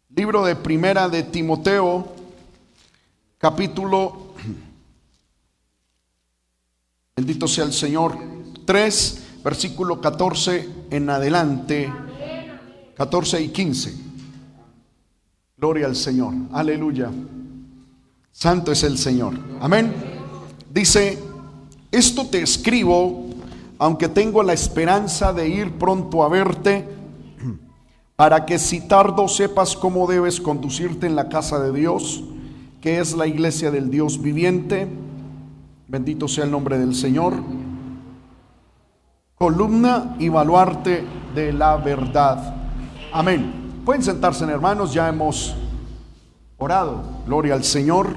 Libro de Primera de Timoteo, capítulo, bendito sea el Señor, 3, versículo 14 en adelante, 14 y 15. Gloria al Señor, aleluya. Santo es el Señor, amén. Dice: esto te escribo, aunque tengo la esperanza de ir pronto a verte, para que si tardo sepas cómo debes conducirte en la casa de Dios, que es la iglesia del Dios viviente. Bendito sea el nombre del Señor. Columna y baluarte de la verdad. Amén. Pueden sentarse, hermanos, ya hemos orado. Gloria al Señor.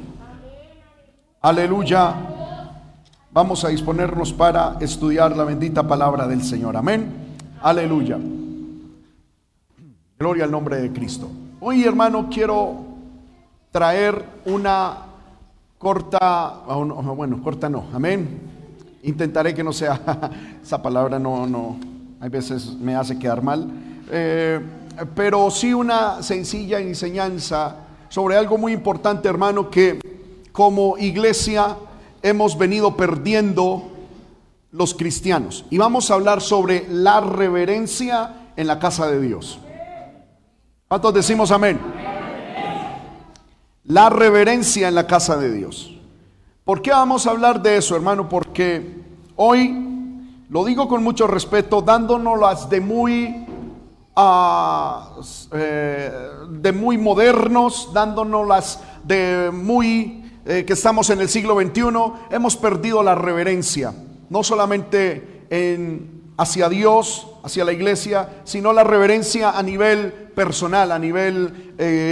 Aleluya. Vamos a disponernos para estudiar la bendita palabra del Señor. Amén. Aleluya. Gloria al nombre de Cristo. Hoy, hermano, quiero traer una corta, corta no, amén. Intentaré que no sea, esa palabra no, hay veces me hace quedar mal, pero sí una sencilla enseñanza sobre algo muy importante, hermano, que como iglesia hemos venido perdiendo los cristianos. Y vamos a hablar sobre la reverencia en la casa de Dios. ¿Cuántos decimos amén? La reverencia en la casa de Dios. ¿Por qué vamos a hablar de eso, hermano? Porque hoy, lo digo con mucho respeto, dándonos de muy modernos, dándonos de muy que estamos en el siglo XXI, hemos perdido la reverencia, no solamente hacia Dios, hacia la iglesia, sino la reverencia a nivel personal, a nivel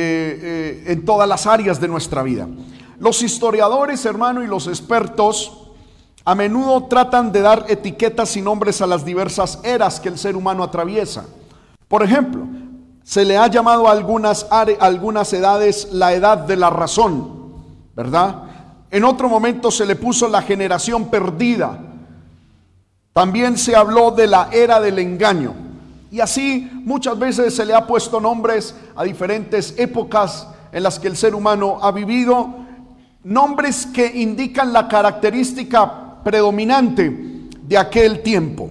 en todas las áreas de nuestra vida. Los historiadores, hermano, y los expertos a menudo tratan de dar etiquetas y nombres a las diversas eras que el ser humano atraviesa. Por ejemplo, se le ha llamado a algunas edades la edad de la razón, ¿verdad? En otro momento se le puso la generación perdida. También se habló de la era del engaño. Y así muchas veces se le ha puesto nombres a diferentes épocas en las que el ser humano ha vivido, nombres que indican la característica predominante de aquel tiempo.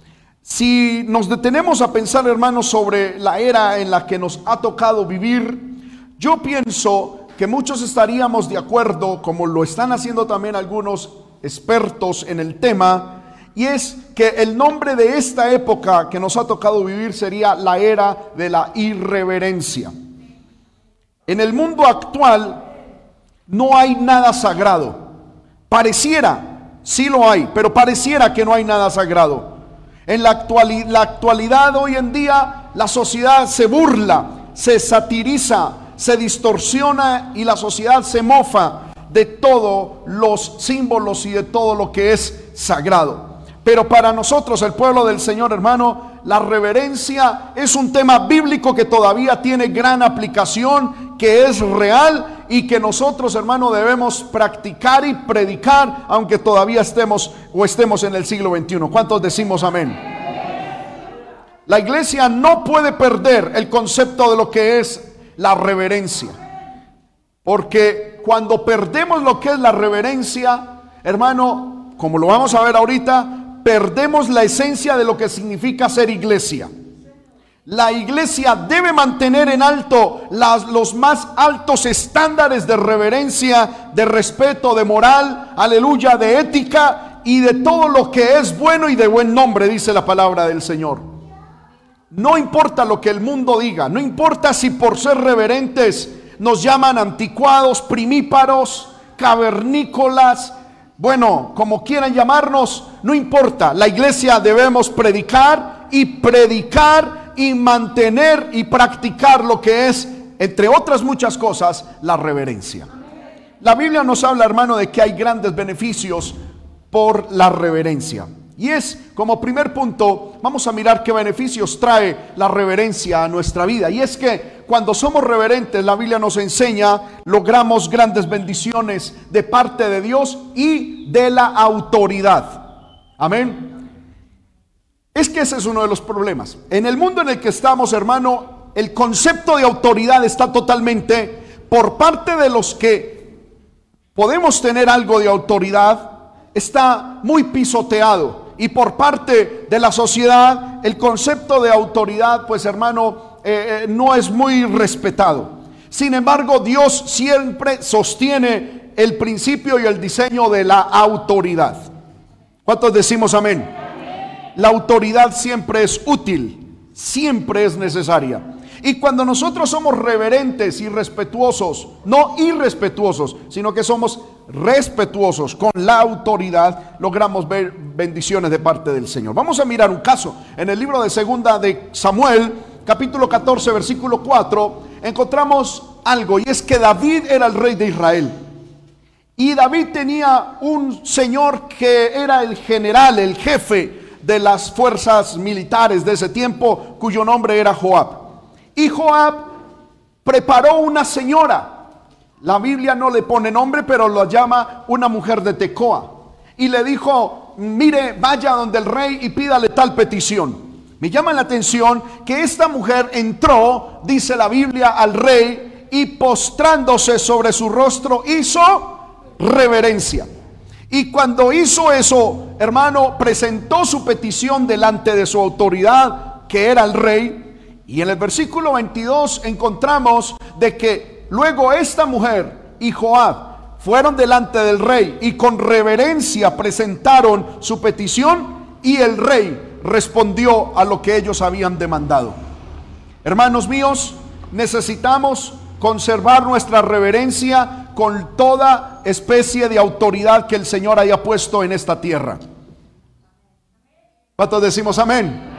Si nos detenemos a pensar, hermanos, sobre la era en la que nos ha tocado vivir, yo pienso que muchos estaríamos de acuerdo, como lo están haciendo también algunos expertos en el tema, y es que el nombre de esta época que nos ha tocado vivir sería la era de la irreverencia. En el mundo actual no hay nada sagrado. Pareciera, sí lo hay, pero pareciera que no hay nada sagrado. En la actualidad hoy en día, la sociedad se burla, se satiriza, se distorsiona y la sociedad se mofa de todos los símbolos y de todo lo que es sagrado. Pero para nosotros, el pueblo del Señor, hermano, la reverencia es un tema bíblico que todavía tiene gran aplicación, que es real y que nosotros, hermano, debemos practicar y predicar, aunque todavía estemos en el siglo XXI. ¿Cuántos decimos amén? La iglesia no puede perder el concepto de lo que es la reverencia, porque cuando perdemos lo que es la reverencia, hermano, como lo vamos a ver ahorita, perdemos la esencia de lo que significa ser iglesia. La iglesia debe mantener en alto los más altos estándares de reverencia, de respeto, de moral, aleluya, de ética y de todo lo que es bueno y de buen nombre, dice la palabra del Señor. No importa lo que el mundo diga, no importa si por ser reverentes nos llaman anticuados, primíparos, cavernícolas, bueno, como quieran llamarnos, no importa. La iglesia debemos predicar y mantener y practicar lo que es, entre otras muchas cosas, la reverencia. La Biblia nos habla, hermano, de que hay grandes beneficios por la reverencia. Y es, como primer punto, vamos a mirar qué beneficios trae la reverencia a nuestra vida. Y es que cuando somos reverentes, la Biblia nos enseña, logramos grandes bendiciones de parte de Dios y de la autoridad. Amén. Es que ese es uno de los problemas. En el mundo en el que estamos, hermano, el concepto de autoridad está totalmente, por parte de los que podemos tener algo de autoridad, está muy pisoteado. Y por parte de la sociedad, el concepto de autoridad, pues hermano, no es muy respetado. Sin embargo, Dios siempre sostiene el principio y el diseño de la autoridad. ¿Cuántos decimos amén? La autoridad siempre es útil, siempre es necesaria. Y cuando nosotros somos reverentes y respetuosos, no irrespetuosos, sino que somos respetuosos con la autoridad, logramos ver bendiciones de parte del Señor. Vamos a mirar un caso. En el libro de Segunda de Samuel, capítulo 14, versículo 4, encontramos algo, y es que David era el rey de Israel. Y David tenía un señor que era el general, el jefe de las fuerzas militares de ese tiempo, cuyo nombre era Joab. Y Joab preparó una señora. La Biblia no le pone nombre, pero lo llama una mujer de Tecoa. Y le dijo, mire, vaya donde el rey y pídale tal petición. Me llama la atención que esta mujer entró, dice la Biblia, al rey, y postrándose sobre su rostro hizo reverencia. Y cuando hizo eso, hermano, presentó su petición delante de su autoridad, que era el rey. Y en el versículo 22 encontramos de que luego esta mujer y Joab fueron delante del rey y con reverencia presentaron su petición, y el rey respondió a lo que ellos habían demandado. Hermanos míos, necesitamos conservar nuestra reverencia con toda especie de autoridad que el Señor haya puesto en esta tierra. ¿Cuántos decimos amén?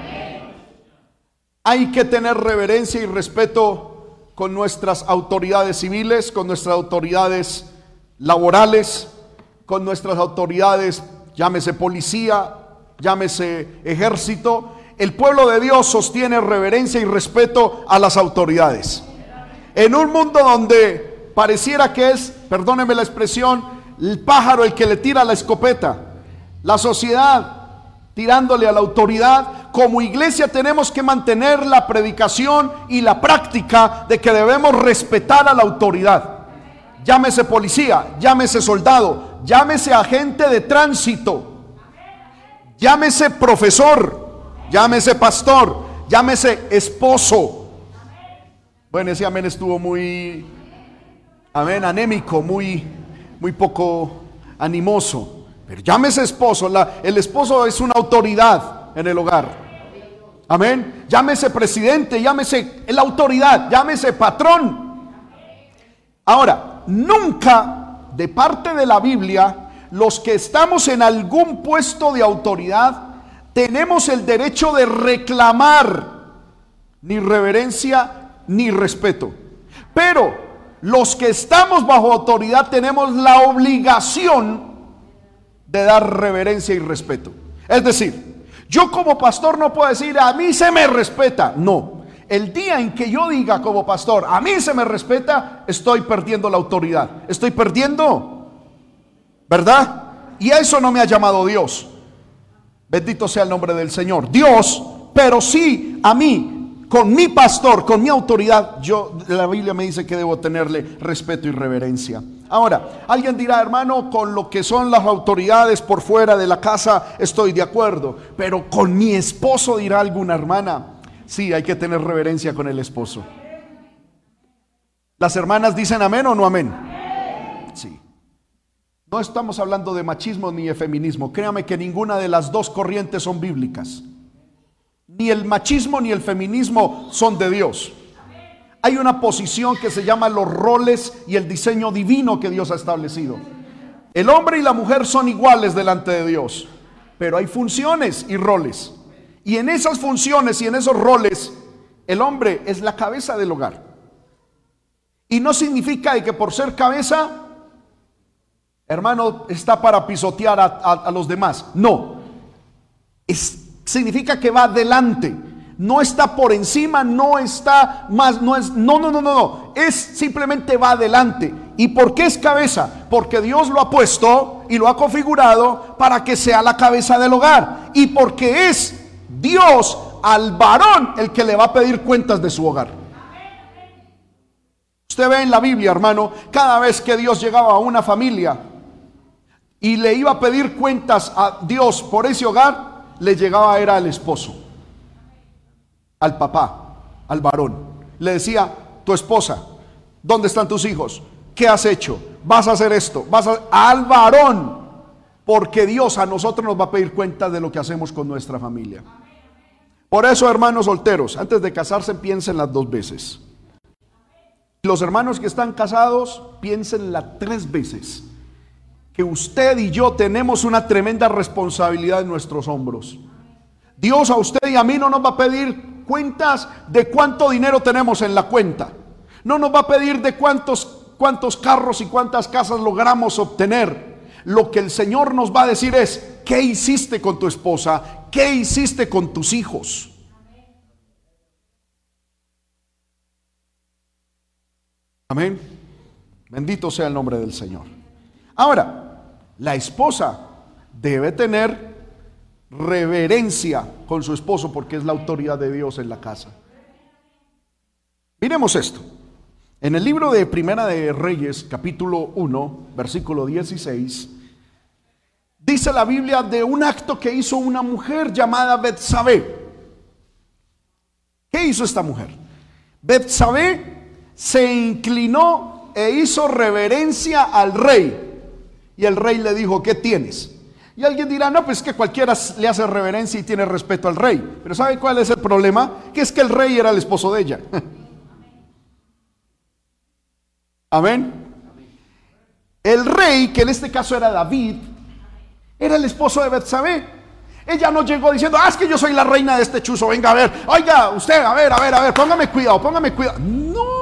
Hay que tener reverencia y respeto con nuestras autoridades civiles, con nuestras autoridades laborales, con nuestras autoridades, llámese policía, llámese ejército. El pueblo de Dios sostiene reverencia y respeto a las autoridades. En un mundo donde pareciera que es, perdónenme la expresión, el pájaro el que le tira la escopeta, la sociedad tirándole a la autoridad, como iglesia tenemos que mantener la predicación y la práctica de que debemos respetar a la autoridad. Llámese policía, llámese soldado, llámese agente de tránsito, llámese profesor, llámese pastor, llámese esposo. Bueno, ese amén estuvo muy, amén, anémico, muy poco animoso. Pero llámese esposo, el esposo es una autoridad en el hogar. Amén. Llámese presidente, llámese la autoridad, llámese patrón. Ahora, nunca de parte de la Biblia, los que estamos en algún puesto de autoridad, tenemos el derecho de reclamar ni reverencia ni respeto. Pero los que estamos bajo autoridad tenemos la obligación de dar reverencia y respeto. Es decir, yo como pastor no puedo decir a mí se me respeta. No, el día en que yo diga como pastor a mí se me respeta, estoy perdiendo la autoridad, estoy perdiendo, ¿verdad? Y a eso no me ha llamado Dios. Bendito sea el nombre del Señor. Dios, pero sí a mí, con mi pastor, con mi autoridad, la Biblia me dice que debo tenerle respeto y reverencia. Ahora, alguien dirá, hermano, con lo que son las autoridades por fuera de la casa estoy de acuerdo, pero con mi esposo, dirá alguna hermana. Sí, hay que tener reverencia con el esposo. ¿Las hermanas dicen amén o no amén? Sí. No estamos hablando de machismo ni de feminismo. Créame que ninguna de las dos corrientes son bíblicas. Ni el machismo ni el feminismo son de Dios. Hay una posición que se llama los roles y el diseño divino que Dios ha establecido. El hombre y la mujer son iguales delante de Dios, pero hay funciones y roles. Y en esas funciones y en esos roles, el hombre es la cabeza del hogar. Y no significa que por ser cabeza, hermano, está para pisotear a los demás. No. Significa que va adelante. No está por encima, no está más, no. Es simplemente va adelante. ¿Y por qué es cabeza? Porque Dios lo ha puesto y lo ha configurado para que sea la cabeza del hogar. Y porque es Dios al varón el que le va a pedir cuentas de su hogar. Usted ve en la Biblia, hermano, cada vez que Dios llegaba a una familia y le iba a pedir cuentas a Dios por ese hogar, le llegaba era al esposo, al papá, al varón. Le decía: tu esposa, ¿dónde están tus hijos? ¿Qué has hecho? ¿Vas a hacer esto? Al varón, porque Dios a nosotros nos va a pedir cuentas de lo que hacemos con nuestra familia. Por eso, hermanos solteros, antes de casarse piensen las 2 veces. Los hermanos que están casados, piénsenla 3 veces. Que usted y yo tenemos una tremenda responsabilidad en nuestros hombros. Dios a usted y a mí no nos va a pedir cuentas de cuánto dinero tenemos en la cuenta. No nos va a pedir de cuántos carros y cuántas casas logramos obtener. Lo que el Señor nos va a decir es: ¿qué hiciste con tu esposa? ¿Qué hiciste con tus hijos? Amén. Bendito sea el nombre del Señor. Ahora, la esposa debe tener reverencia con su esposo, porque es la autoridad de Dios en la casa. Miremos esto. En el libro de Primera de Reyes, capítulo 1, versículo 16, dice la Biblia de un acto que hizo una mujer llamada Betsabé. ¿Qué hizo esta mujer? Betsabé se inclinó e hizo reverencia al rey. Y el rey le dijo: ¿qué tienes? Y alguien dirá: no, pues que cualquiera le hace reverencia y tiene respeto al rey. Pero ¿sabe cuál es el problema? Que es que el rey era el esposo de ella. Amén. El rey, que en este caso era David, era el esposo de Betsabé. Ella no llegó diciendo: es que yo soy la reina de este chuzo, venga a ver, oiga, usted, a ver, póngame cuidado. No.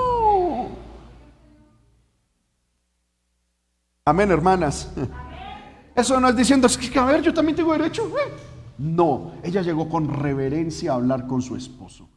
Amén, hermanas. Eso no es diciendo: es que a ver, yo también tengo derecho. No, ella llegó con reverencia a hablar con su esposo.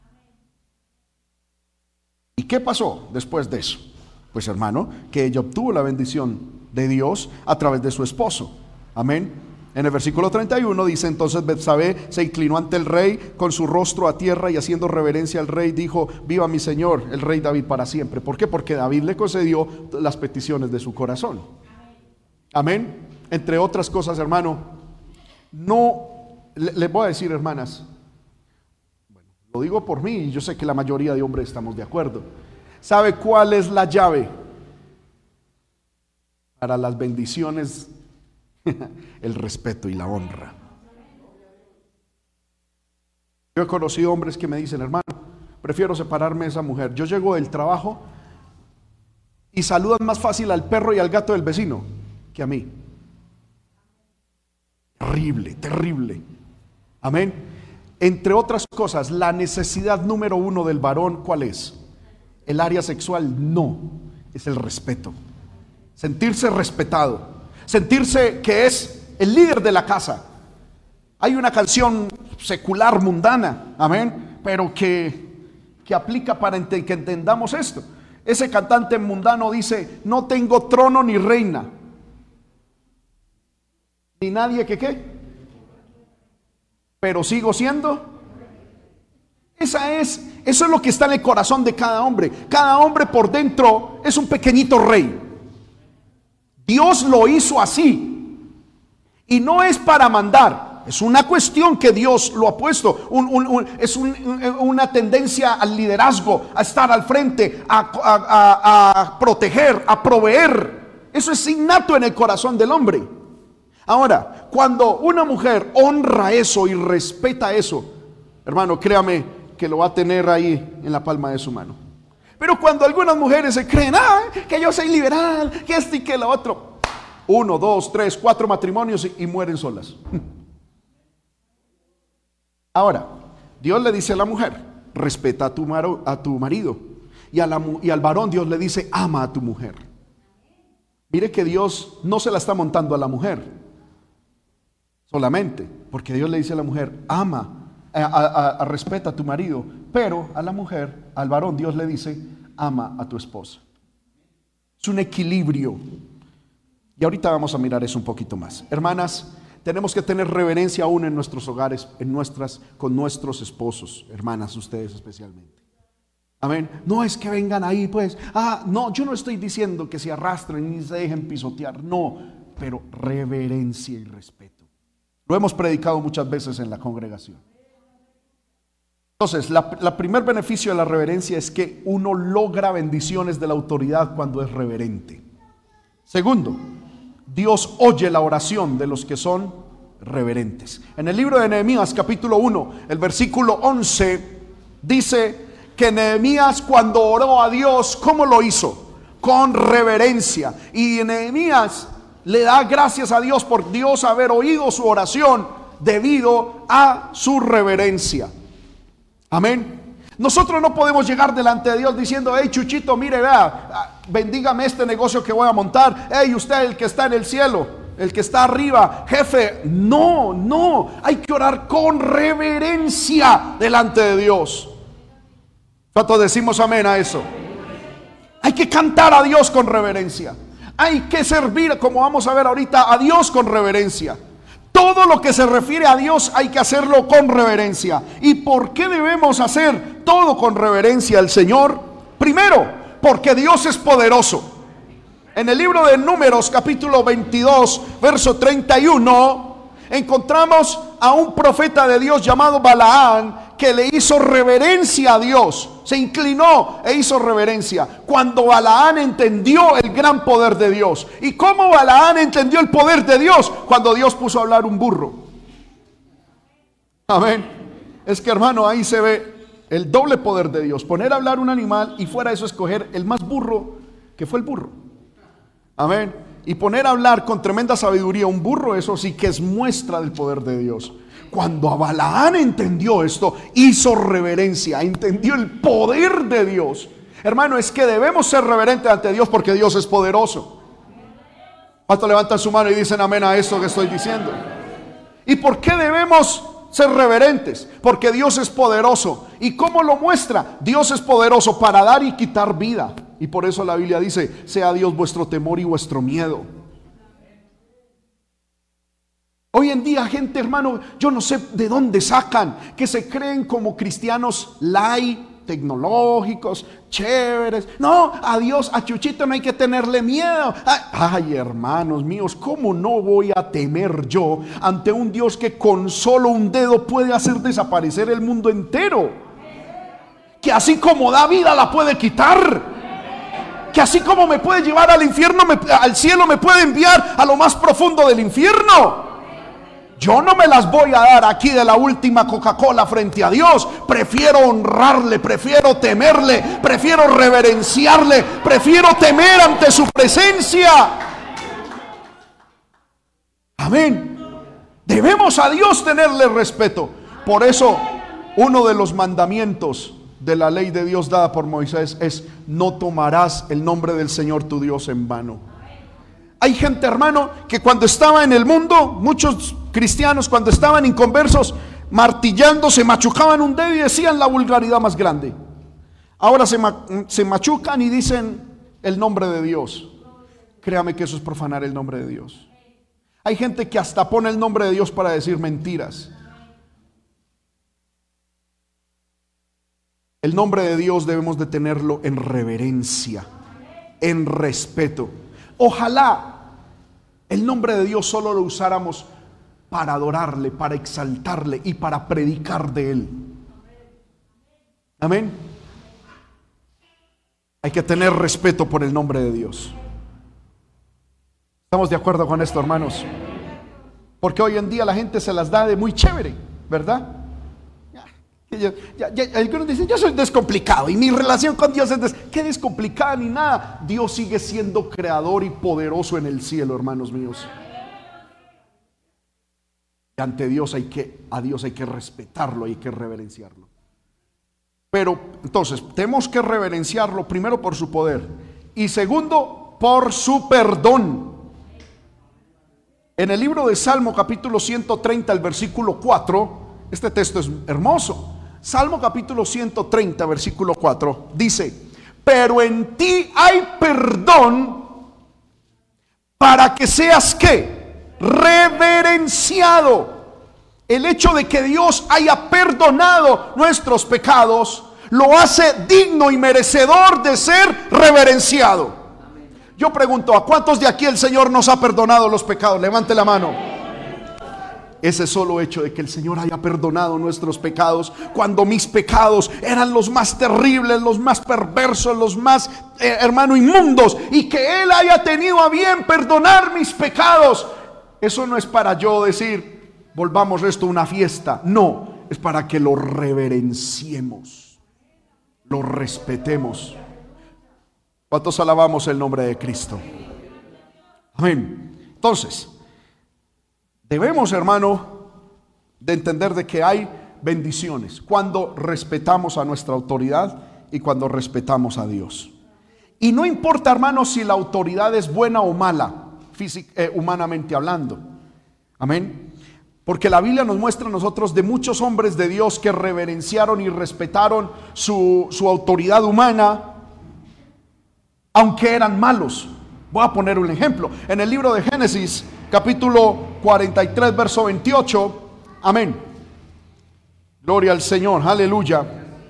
¿Y qué pasó después de eso? Pues, hermano, que ella obtuvo la bendición de Dios a través de su esposo. Amén. En el versículo 31 dice: entonces Betsabé se inclinó ante el rey con su rostro a tierra y haciendo reverencia al rey dijo: viva mi señor el rey David para siempre. ¿Por qué? Porque David le concedió las peticiones de su corazón. Amén. Entre otras cosas, hermano, no les voy a decir, hermanas, bueno, lo digo por mí y yo sé que la mayoría de hombres estamos de acuerdo. ¿Sabe cuál es la llave para las bendiciones? El respeto y la honra. Yo he conocido hombres que me dicen: hermano, prefiero separarme de esa mujer. Yo llego del trabajo y saludan más fácil al perro y al gato del vecino que a mí. Terrible, terrible. Amén. Entre otras cosas, la necesidad número 1 del varón, ¿cuál es? El área sexual. No, es el respeto. Sentirse respetado, sentirse que es el líder de la casa. Hay una canción secular, mundana, amén, pero que aplica para que entendamos esto. Ese cantante mundano dice: no tengo trono ni reina, ni nadie que qué, pero sigo siendo. Eso es lo que está en el corazón de cada hombre. Cada hombre por dentro es un pequeñito rey. Dios lo hizo así. Y no es para mandar. Es una cuestión que Dios lo ha puesto. Es una tendencia al liderazgo, a estar al frente, a proteger, a proveer. Eso es innato en el corazón del hombre. Ahora, cuando una mujer honra eso y respeta eso, hermano, créame que lo va a tener ahí en la palma de su mano. Pero cuando algunas mujeres se creen: que yo soy liberal, que esto y que lo otro, 1, 2, 3, 4 matrimonios y mueren solas. Ahora, Dios le dice a la mujer: respeta a tu marido. Y al varón Dios le dice: ama a tu mujer. Mire que Dios no se la está montando a la mujer solamente, porque Dios le dice a la mujer: ama, respeta a tu marido, pero a la mujer, al varón, Dios le dice: ama a tu esposa. Es un equilibrio. Y ahorita vamos a mirar eso un poquito más. Hermanas, tenemos que tener reverencia aún en nuestros hogares, con nuestros esposos, hermanas, ustedes especialmente. Amén. No es que vengan ahí pues, no, yo no estoy diciendo que se arrastren ni se dejen pisotear, no, pero reverencia y respeto. Lo hemos predicado muchas veces en la congregación. Entonces, la primer beneficio de la reverencia es que uno logra bendiciones de la autoridad cuando es reverente. Segundo, Dios oye la oración de los que son reverentes. En el libro de Nehemías capítulo 1, el versículo 11 dice que Nehemías cuando oró a Dios, ¿cómo lo hizo? Con reverencia. Y Nehemías le da gracias a Dios por Dios haber oído su oración debido a su reverencia. Amén. Nosotros no podemos llegar delante de Dios diciendo: hey Chuchito, mire, vea, bendígame este negocio que voy a montar. Hey usted, el que está en el cielo, el que está arriba, jefe. No, hay que orar con reverencia delante de Dios. ¿Cuántos decimos amén a eso? Hay que cantar a Dios con reverencia. Hay que servir, como vamos a ver ahorita, a Dios con reverencia. Todo lo que se refiere a Dios hay que hacerlo con reverencia. ¿Y por qué debemos hacer todo con reverencia al Señor? Primero, porque Dios es poderoso. En el libro de Números capítulo 22 verso 31 encontramos a un profeta de Dios llamado Balaán, que le hizo reverencia a Dios, se inclinó e hizo reverencia cuando Balaán entendió el gran poder de Dios. ¿Y cómo Balaán entendió el poder de Dios? Cuando Dios puso a hablar un burro. Amén. Es que, hermano, ahí se ve el doble poder de Dios: poner a hablar un animal y fuera de eso escoger el más burro, que fue el burro. Amén. Y poner a hablar con tremenda sabiduría un burro, eso sí que es muestra del poder de Dios. Cuando Balaán entendió esto, hizo reverencia, entendió el poder de Dios. Hermano, es que debemos ser reverentes ante Dios porque Dios es poderoso. ¿Cuántos levantan su mano y dicen amén a esto que estoy diciendo? ¿Y por qué debemos ser reverentes? Porque Dios es poderoso. ¿Y cómo lo muestra? Dios es poderoso para dar y quitar vida. Y por eso la Biblia dice: sea Dios vuestro temor y vuestro miedo. Hoy en día, gente, hermano, yo no sé de dónde sacan, que se creen como cristianos light, tecnológicos, chéveres. No, a Dios, a Chuchito no hay que tenerle miedo. Ay, hermanos míos, ¿cómo no voy a temer yo ante un Dios que con solo un dedo puede hacer desaparecer el mundo entero? Que así como da vida la puede quitar. Que así como me puede llevar al infierno, al cielo, me puede enviar a lo más profundo del infierno. Yo no me las voy a dar aquí de la última Coca-Cola frente a Dios. Prefiero honrarle, prefiero temerle, prefiero reverenciarle, prefiero temer ante su presencia. Amén. Debemos a Dios tenerle respeto. Por eso, uno de los mandamientos de la ley de Dios dada por Moisés es: no tomarás el nombre del Señor tu Dios en vano. Hay gente, hermano, que cuando estaba en el mundo, muchos cristianos cuando estaban inconversos, martillando, se machucaban un dedo y decían la vulgaridad más grande. Ahora se machucan y dicen el nombre de Dios. Créame que eso es profanar el nombre de Dios. Hay gente que hasta pone el nombre de Dios para decir mentiras. El nombre de Dios debemos de tenerlo en reverencia, en respeto. Ojalá el nombre de Dios solo lo usáramos para adorarle, para exaltarle y para predicar de él. Amén. Hay que tener respeto por el nombre de Dios. ¿Estamos de acuerdo con esto, hermanos? Porque hoy en día la gente se las da de muy chévere, ¿verdad? Algunos dicen: yo soy descomplicado y mi relación con Dios es ¿qué descomplicada ni nada? Dios sigue siendo creador y poderoso en el cielo, hermanos míos. Y ante Dios a Dios hay que respetarlo, hay que reverenciarlo. Pero entonces tenemos que reverenciarlo primero por su poder y segundo por su perdón. En el libro de Salmo capítulo 130, el versículo 4, este texto es hermoso. Salmo capítulo 130, versículo 4, dice: pero en ti hay perdón para que seas ¿qué? Reverenciado. El hecho de que Dios haya perdonado nuestros pecados lo hace digno y merecedor de ser reverenciado. Yo pregunto, ¿a cuántos de aquí el Señor nos ha perdonado los pecados? Levante la mano. Ese solo hecho de que el Señor haya perdonado nuestros pecados, cuando mis pecados eran los más terribles, los más perversos, los más, hermano, inmundos, y que Él haya tenido a bien perdonar mis pecados, eso no es para yo decir, volvamos esto una fiesta. No, es para que lo reverenciemos, lo respetemos. ¿Cuántos alabamos el nombre de Cristo? Amén. Entonces, debemos, hermano, de entender de que hay bendiciones cuando respetamos a nuestra autoridad y cuando respetamos a Dios. Y no importa, hermano, si la autoridad es buena o mala, humanamente hablando. Amén. Porque la Biblia nos muestra a nosotros de muchos hombres de Dios que reverenciaron y respetaron su autoridad humana, aunque eran malos. Voy a poner un ejemplo. En el libro de Génesis, capítulo 43, verso 28. Amén. Gloria al Señor. Aleluya.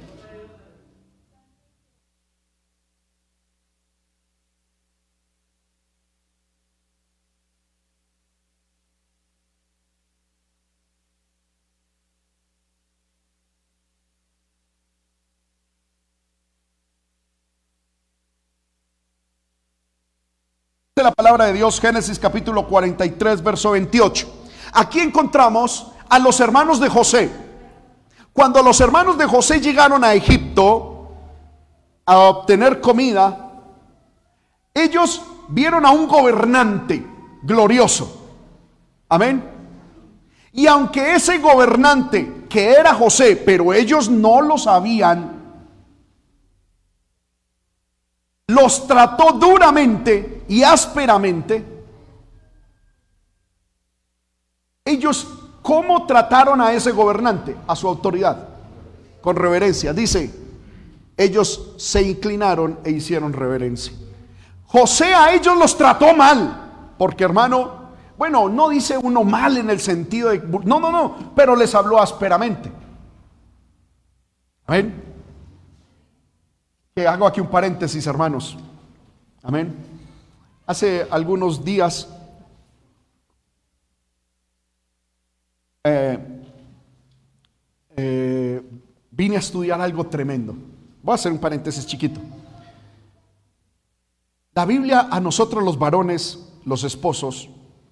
La palabra de Dios, Génesis capítulo 43, verso 28. Aquí encontramos a los hermanos de José. Cuando los hermanos de José llegaron a Egipto a obtener comida, ellos vieron a un gobernante glorioso. Amén. Y aunque ese gobernante, que era José, pero ellos no lo sabían, los trató duramente y ásperamente. Ellos, ¿cómo trataron a ese gobernante? A su autoridad, con reverencia. Dice, ellos se inclinaron e hicieron reverencia. José a ellos los trató mal, porque, hermano, bueno, no dice uno mal en el sentido de, no, pero les habló ásperamente. Amén. Que hago aquí un paréntesis, hermanos. Amén. Hace algunos días vine a estudiar algo tremendo. Voy a hacer un paréntesis chiquito. La Biblia a nosotros los varones, los esposos,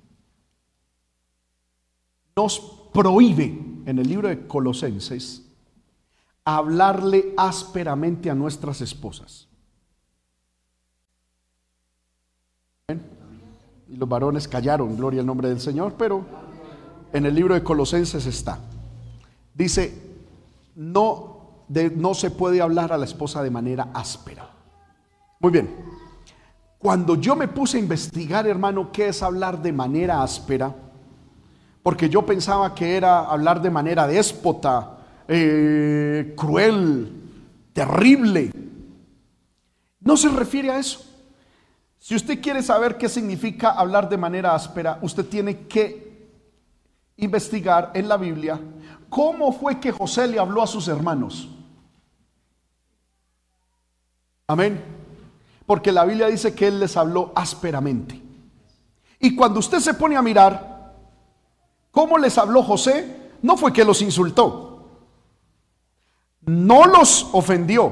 nos prohíbe en el libro de Colosenses hablarle ásperamente a nuestras esposas. ¿Ven? Y los varones callaron, gloria al nombre del Señor, pero en el libro de Colosenses está. Dice, no se puede hablar a la esposa de manera áspera. Muy bien. Cuando yo me puse a investigar, hermano, qué es hablar de manera áspera, porque yo pensaba que era hablar de manera déspota, cruel, terrible. No se refiere a eso. Si usted quiere saber qué significa hablar de manera áspera, usted tiene que investigar en la Biblia cómo fue que José le habló a sus hermanos. Amén. Porque la Biblia dice que él les habló ásperamente. Y cuando usted se pone a mirar cómo les habló José, no fue que los insultó, no los ofendió,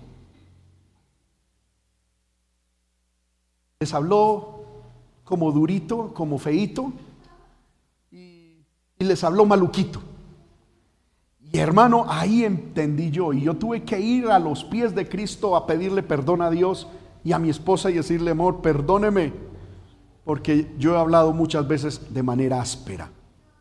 les habló como durito, como feíto, y les habló maluquito. Y hermano, ahí entendí yo, y yo tuve que ir a los pies de Cristo a pedirle perdón a Dios y a mi esposa y decirle, amor, perdóneme, porque yo he hablado muchas veces de manera áspera.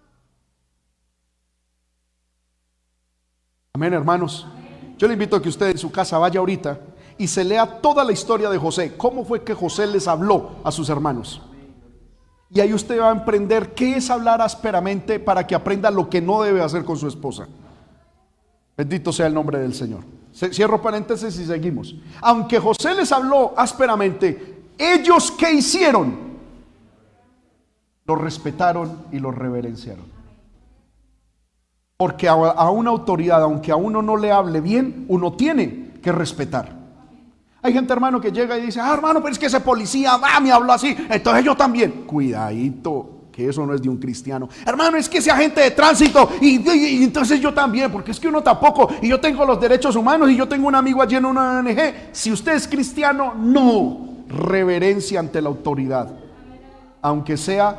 Amén, hermanos. Yo le invito a que usted en su casa vaya ahorita y se lea toda la historia de José. ¿Cómo fue que José les habló a sus hermanos? Y ahí usted va a aprender qué es hablar ásperamente para que aprenda lo que no debe hacer con su esposa. Bendito sea el nombre del Señor. Cierro paréntesis y seguimos. Aunque José les habló ásperamente, ¿ellos qué hicieron? Lo respetaron y lo reverenciaron. Porque a una autoridad, aunque a uno no le hable bien, uno tiene que respetar. Hay gente, hermano, que llega y dice: ah, hermano, pero es que ese policía me habló así, entonces yo también. Cuidadito, que eso no es de un cristiano. Hermano, es que ese agente de tránsito y entonces yo también, porque es que uno tampoco, y yo tengo los derechos humanos y yo tengo un amigo allí en una ONG. Si usted es cristiano, no. Reverencia ante la autoridad, aunque sea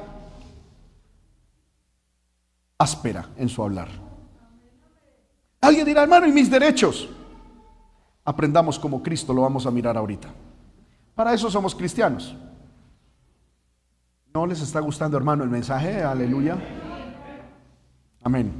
áspera en su hablar. Alguien dirá: hermano, ¿y mis derechos? Aprendamos como Cristo, lo vamos a mirar ahorita. Para eso somos cristianos. ¿No les está gustando, hermano, el mensaje? Aleluya. Amén.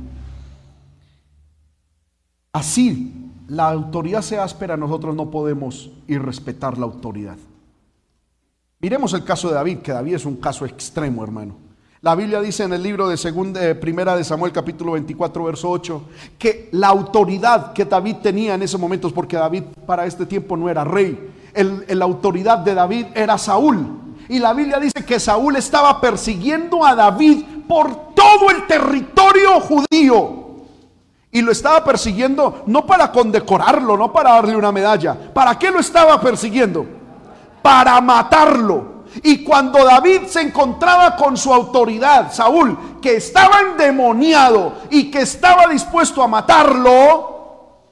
Así la autoridad sea áspera, nosotros no podemos irrespetar la autoridad. Miremos el caso de David, que David es un caso extremo, hermano. La Biblia dice en el libro de Primera de Samuel, capítulo 24, verso 8, que la autoridad que David tenía en esos momentos, porque David para este tiempo no era rey, la autoridad de David era Saúl. Y la Biblia dice que Saúl estaba persiguiendo a David por todo el territorio judío. Y lo estaba persiguiendo no para condecorarlo, no para darle una medalla. ¿Para qué lo estaba persiguiendo? Para matarlo. Y cuando David se encontraba con su autoridad, Saúl, que estaba endemoniado y que estaba dispuesto a matarlo,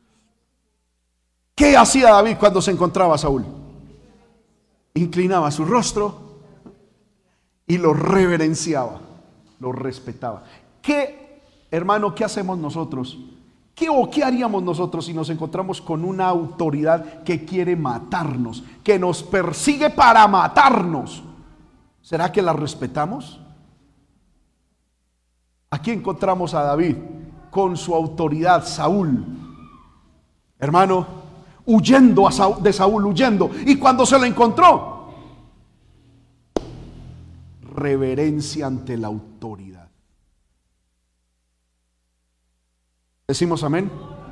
¿qué hacía David cuando se encontraba a Saúl? Inclinaba su rostro y lo reverenciaba, lo respetaba. ¿Qué, hermano, qué hacemos nosotros? ¿Qué haríamos nosotros si nos encontramos con una autoridad que quiere matarnos, que nos persigue para matarnos? ¿Será que la respetamos? Aquí encontramos a David con su autoridad, Saúl, hermano, huyendo de Saúl, huyendo. Y cuando se lo encontró, reverencia ante la autoridad. Decimos amén.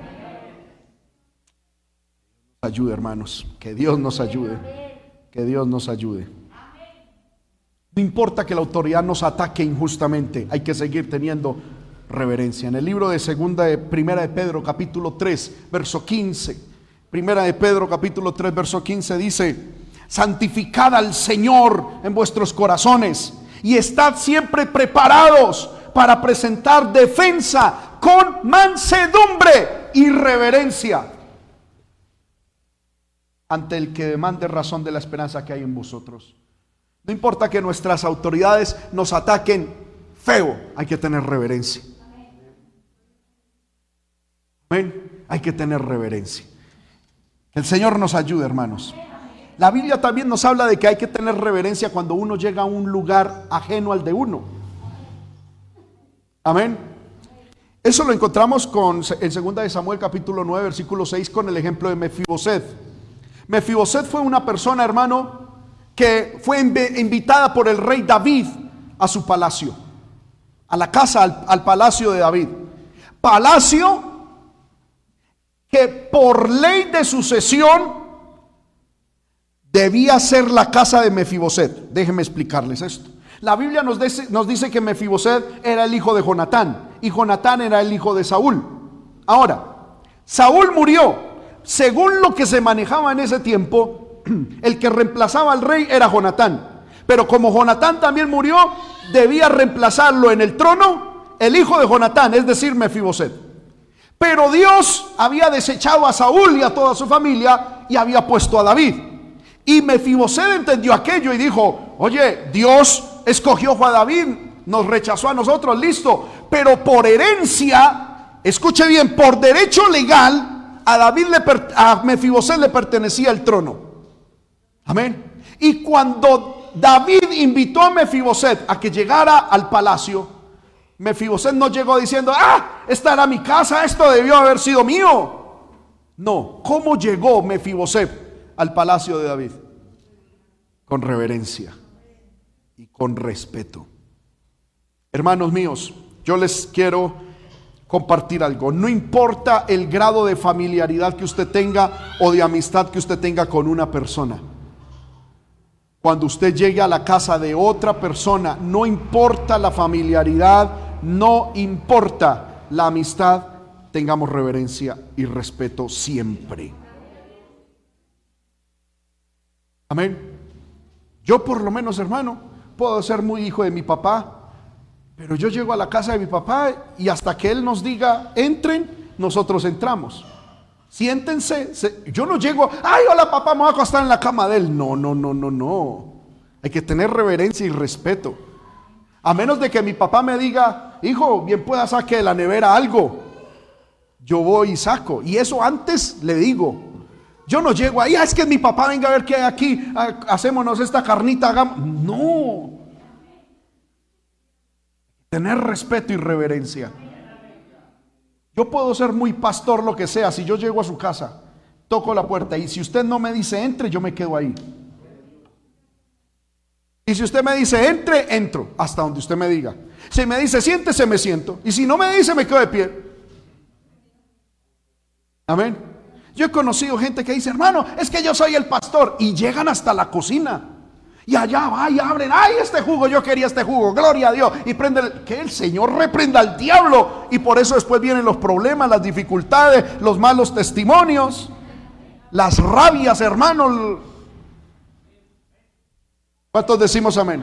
Ayude, hermanos, que Dios nos ayude, que Dios nos ayude. No importa que la autoridad nos ataque injustamente, hay que seguir teniendo reverencia. En el libro de Primera de Pedro, capítulo 3, verso 15, Primera de Pedro, capítulo 3, verso 15 dice: santificad al Señor en vuestros corazones y estad siempre preparados para presentar defensa con mansedumbre y reverencia ante el que demande razón de la esperanza que hay en vosotros. No importa que nuestras autoridades nos ataquen feo, hay que tener reverencia. Amén. Hay que tener reverencia. Que el Señor nos ayude, hermanos. La Biblia también nos habla de que hay que tener reverencia cuando uno llega a un lugar ajeno al de uno. Amén. Eso lo encontramos en 2 de Samuel capítulo 9 versículo 6 con el ejemplo de Mefiboset. Mefiboset fue una persona, hermano, que fue invitada por el rey David a su palacio, a la casa, al palacio de David. Palacio que por ley de sucesión debía ser la casa de Mefiboset. Déjenme explicarles esto. La Biblia nos dice que Mefiboset era el hijo de Jonatán y Jonatán era el hijo de Saúl. Ahora, Saúl murió. Según lo que se manejaba en ese tiempo, el que reemplazaba al rey era Jonatán. Pero como Jonatán también murió, debía reemplazarlo en el trono el hijo de Jonatán, es decir, Mefiboset. Pero Dios había desechado a Saúl y a toda su familia y había puesto a David. Y Mefiboset entendió aquello y dijo: oye, Dios escogió a David, nos rechazó a nosotros, listo. Pero por herencia, escuche bien, por derecho legal, a Mefiboset le pertenecía el trono. Amén. Y cuando David invitó a Mefiboset a que llegara al palacio, Mefiboset no llegó diciendo: esta era mi casa, esto debió haber sido mío. No, ¿cómo llegó Mefiboset al palacio de David? Con reverencia y con respeto. Hermanos míos, yo les quiero compartir algo. No importa el grado de familiaridad que usted tenga o de amistad que usted tenga con una persona. Cuando usted llegue a la casa de otra persona, no importa la familiaridad, no importa la amistad, tengamos reverencia y respeto siempre. Amén. Yo por lo menos, hermano, puedo ser muy hijo de mi papá, pero yo llego a la casa de mi papá y hasta que él nos diga entren, nosotros entramos. Siéntense. Yo no llego, ay, hola papá, me voy a acostar en la cama de él. No, no, no, no, no. Hay que tener reverencia y respeto. A menos de que mi papá me diga, hijo, bien pueda saque de la nevera algo, yo voy y saco. Y eso antes le digo. Yo no llego ahí, es que mi papá venga a ver qué hay aquí, hacémonos esta carnita, hagamos. No. Tener respeto y reverencia. Yo puedo ser muy pastor, lo que sea. Si yo llego a su casa, toco la puerta y si usted no me dice entre, yo me quedo ahí. Y si usted me dice entre, entro hasta donde usted me diga. Si me dice siéntese, me siento. Y si no me dice, me quedo de pie. Amén. Yo he conocido gente que dice, hermano, es que yo soy el pastor, y llegan hasta la cocina y allá va y abren, ay, este jugo, yo quería este jugo, gloria a Dios, y prenden, que el Señor reprenda al diablo. Y por eso después vienen los problemas, las dificultades, los malos testimonios, las rabias, hermanos. ¿Cuántos decimos amén?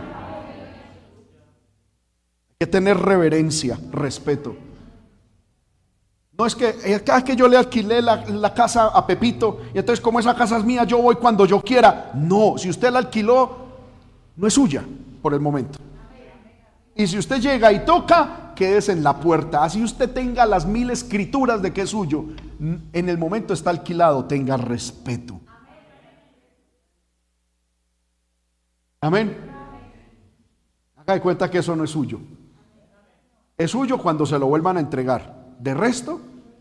Hay que tener reverencia, respeto. No es que cada vez que yo le alquilé la casa a Pepito, y entonces como esa casa es mía, yo voy cuando yo quiera. No, si usted la alquiló, no es suya por el momento. Y si usted llega y toca, quédese en la puerta. Así usted tenga las 1000 escrituras de que es suyo, en el momento está alquilado, tenga respeto. Amén. Haga de cuenta que eso no es suyo. Es suyo cuando se lo vuelvan a entregar. De resto,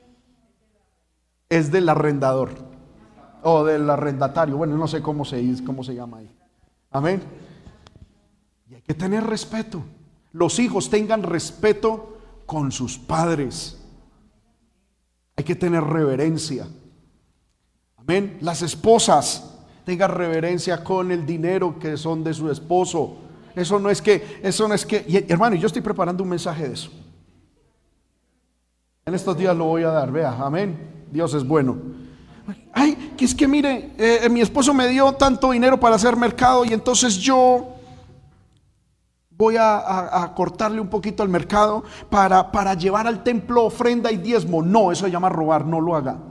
es del arrendador o del arrendatario. Bueno, no sé cómo se llama ahí. Amén. Y hay que tener respeto. Los hijos tengan respeto con sus padres. Hay que tener reverencia. Amén. Las esposas tengan reverencia con el dinero que son de su esposo. Eso no es que, y, hermano, yo estoy preparando un mensaje de eso. En estos días lo voy a dar, vea, amén. Dios es bueno. Ay, que es que mire, mi esposo me dio tanto dinero para hacer mercado y entonces yo voy a cortarle un poquito al mercado para llevar al templo ofrenda y diezmo. No, eso se llama robar, no lo haga.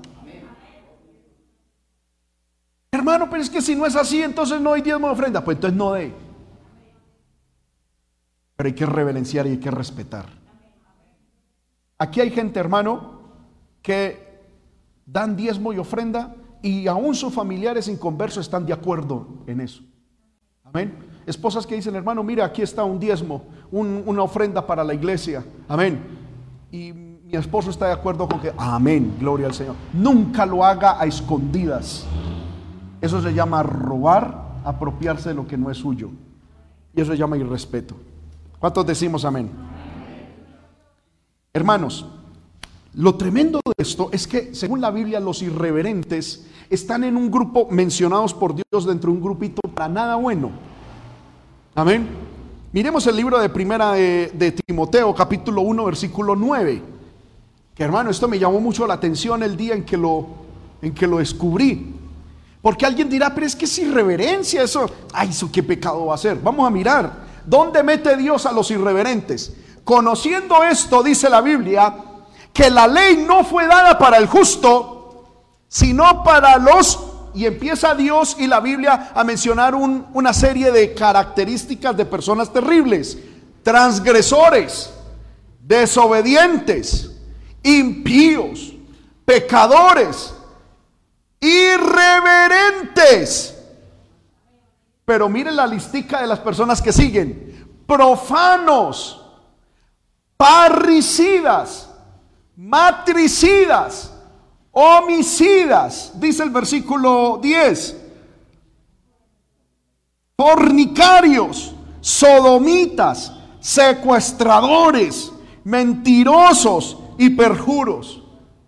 Hermano, pero es que si no es así, entonces no hay diezmo de ofrenda. Pues entonces no dé. Pero hay que reverenciar y hay que respetar. Aquí hay gente, hermano, que dan diezmo y ofrenda y aún sus familiares inconversos están de acuerdo en eso. Amén. Esposas que dicen, hermano, mira, aquí está un diezmo, una ofrenda para la iglesia. Amén. Y mi esposo está de acuerdo con que, amén, gloria al Señor. Nunca lo haga a escondidas. Eso se llama robar, apropiarse de lo que no es suyo. Y eso se llama irrespeto. ¿Cuántos decimos amén? Hermanos, lo tremendo de esto es que según la Biblia los irreverentes están en un grupo mencionados por Dios dentro de un grupito para nada bueno. Amén. Miremos el libro de primera de Timoteo, capítulo 1, versículo 9. Que hermano, esto me llamó mucho la atención el día en que lo descubrí. Porque alguien dirá, pero es que es irreverencia eso. Ay, eso qué pecado va a ser. Vamos a mirar. ¿Dónde mete Dios a los irreverentes? Conociendo esto, dice la Biblia, que la ley no fue dada para el justo, sino para los... Y empieza Dios y la Biblia a mencionar una serie de características de personas terribles: transgresores, desobedientes, impíos, pecadores, irreverentes. Pero miren la listica de las personas que siguen: profanos, parricidas, matricidas, homicidas, dice el versículo 10, fornicarios, sodomitas, secuestradores, mentirosos y perjuros.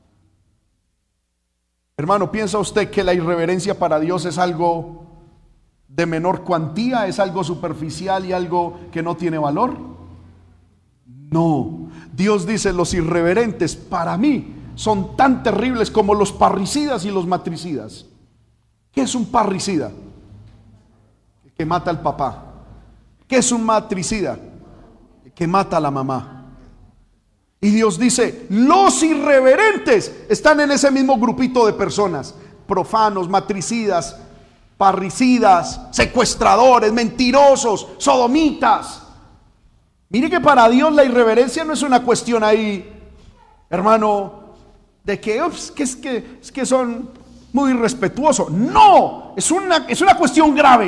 Hermano, ¿piensa usted que la irreverencia para Dios es algo de menor cuantía, es algo superficial y algo que no tiene valor? No, Dios dice, los irreverentes para mí son tan terribles como los parricidas y los matricidas. ¿Qué es un parricida? El que mata al papá. ¿Qué es un matricida? El que mata a la mamá. Y Dios dice, los irreverentes están en ese mismo grupito de personas: profanos, matricidas, parricidas, secuestradores, mentirosos, sodomitas. Mire que para Dios la irreverencia no es una cuestión ahí, hermano, de que, es que son muy irrespetuosos. No, es una cuestión grave.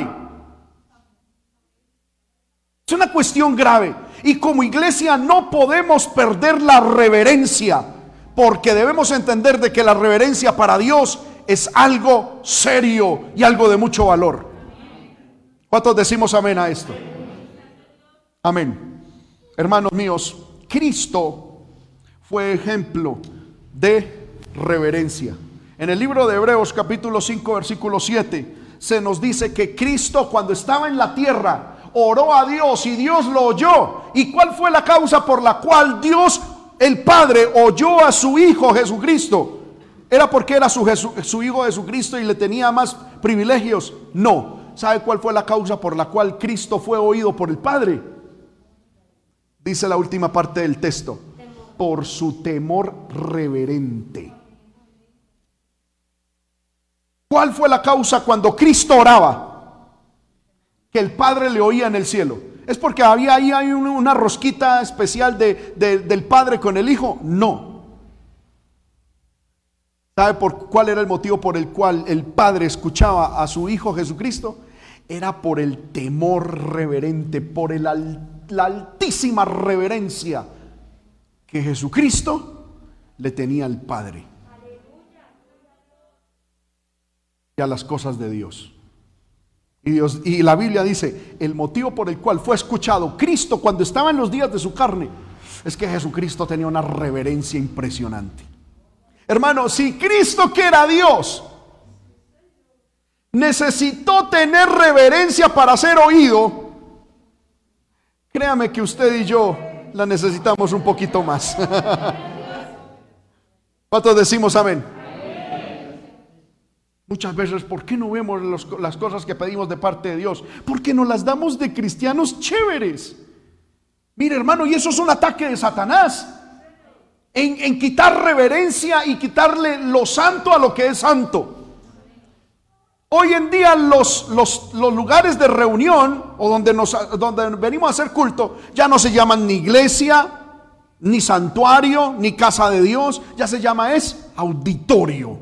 Es una cuestión grave. Y como iglesia no podemos perder la reverencia, porque debemos entender de que la reverencia para Dios es algo serio y algo de mucho valor. ¿Cuántos decimos amén a esto? Amén. Hermanos míos, Cristo fue ejemplo de reverencia. En el libro de Hebreos capítulo 5 versículo 7 se nos dice que Cristo, cuando estaba en la tierra, oró a Dios y Dios lo oyó. ¿Y cuál fue la causa por la cual Dios el Padre oyó a su Hijo Jesucristo? ¿Era porque era su Hijo Jesucristo y le tenía más privilegios? No. ¿Sabe cuál fue la causa por la cual Cristo fue oído por el Padre? Dice la última parte del texto: por su temor reverente. ¿Cuál fue la causa cuando Cristo oraba que el Padre le oía en el cielo? ¿Es porque había ahí una rosquita especial del Padre con el Hijo? No. ¿Sabe cuál era el motivo por el cual el Padre escuchaba a su Hijo Jesucristo? Era por el temor reverente, por la altísima reverencia que Jesucristo le tenía al Padre y a las cosas de Dios. Y la Biblia dice, el motivo por el cual fue escuchado Cristo cuando estaba en los días de su carne, es que Jesucristo tenía una reverencia impresionante. Hermano, si Cristo, que era Dios, necesitó tener reverencia para ser oído, créame que usted y yo la necesitamos un poquito más. ¿Cuántos decimos amén? Muchas veces, ¿por qué no vemos las cosas que pedimos de parte de Dios? Porque nos las damos de cristianos chéveres. Mire, hermano, y eso es un ataque de Satanás, en quitar reverencia y quitarle lo santo a lo que es santo. Hoy en día los lugares de reunión o donde venimos a hacer culto ya no se llaman ni iglesia, ni santuario, ni casa de Dios. Ya se llama auditorio.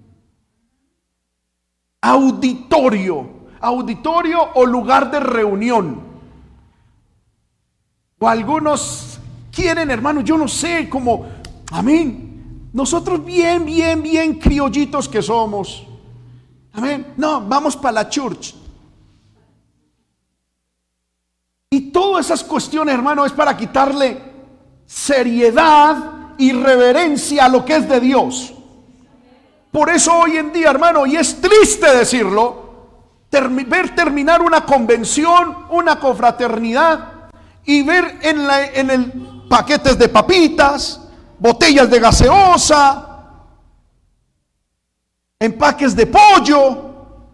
Auditorio o lugar de reunión. O algunos quieren, hermano, yo no sé, como, amén, nosotros bien criollitos que somos, amén, no, vamos para la church. Y todas esas cuestiones, hermano, es para quitarle seriedad y reverencia a lo que es de Dios. Por eso hoy en día, hermano, y es triste decirlo, ver terminar una convención, una confraternidad, y ver en el paquetes de papitas, botellas de gaseosa, empaques de pollo.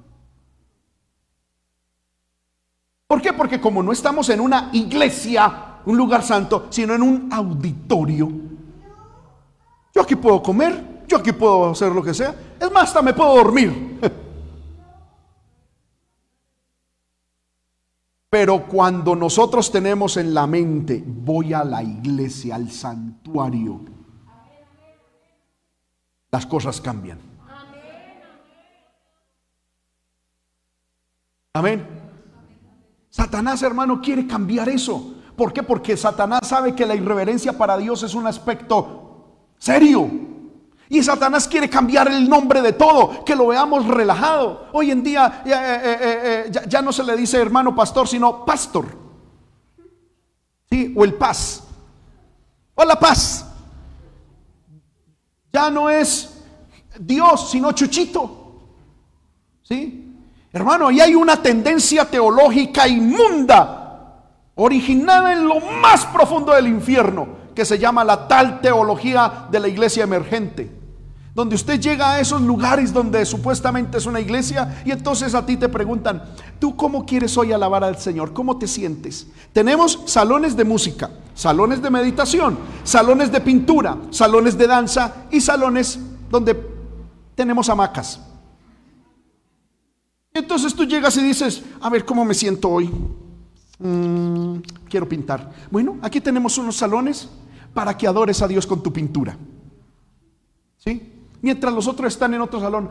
¿Por qué? Porque como no estamos en una iglesia, un lugar santo, sino en un auditorio, yo aquí puedo comer, yo aquí puedo hacer lo que sea, es más, hasta me puedo dormir. Pero cuando nosotros tenemos en la mente, voy a la iglesia, al santuario, las cosas cambian. Amén. Satanás, hermano, quiere cambiar eso. ¿Por qué? Porque Satanás sabe que la irreverencia para Dios es un aspecto serio. Y Satanás quiere cambiar el nombre de todo, que lo veamos relajado. Hoy en día ya no se le dice hermano pastor, sino pastor. ¿Sí? O el paz. Hola paz. Ya no es Dios, sino Chuchito. ¿Sí? Hermano, y hay una tendencia teológica inmunda, originada en lo más profundo del infierno, que se llama la tal teología de la iglesia emergente, donde usted llega a esos lugares donde supuestamente es una iglesia y entonces a ti te preguntan: ¿tú cómo quieres hoy alabar al Señor? ¿Cómo te sientes? Tenemos salones de música, salones de meditación, salones de pintura, salones de danza y salones donde tenemos hamacas. Entonces tú llegas y dices: a ver, ¿cómo me siento hoy? Quiero pintar. Bueno, aquí tenemos unos salones para que adores a Dios con tu pintura, ¿sí? Mientras los otros están en otro salón,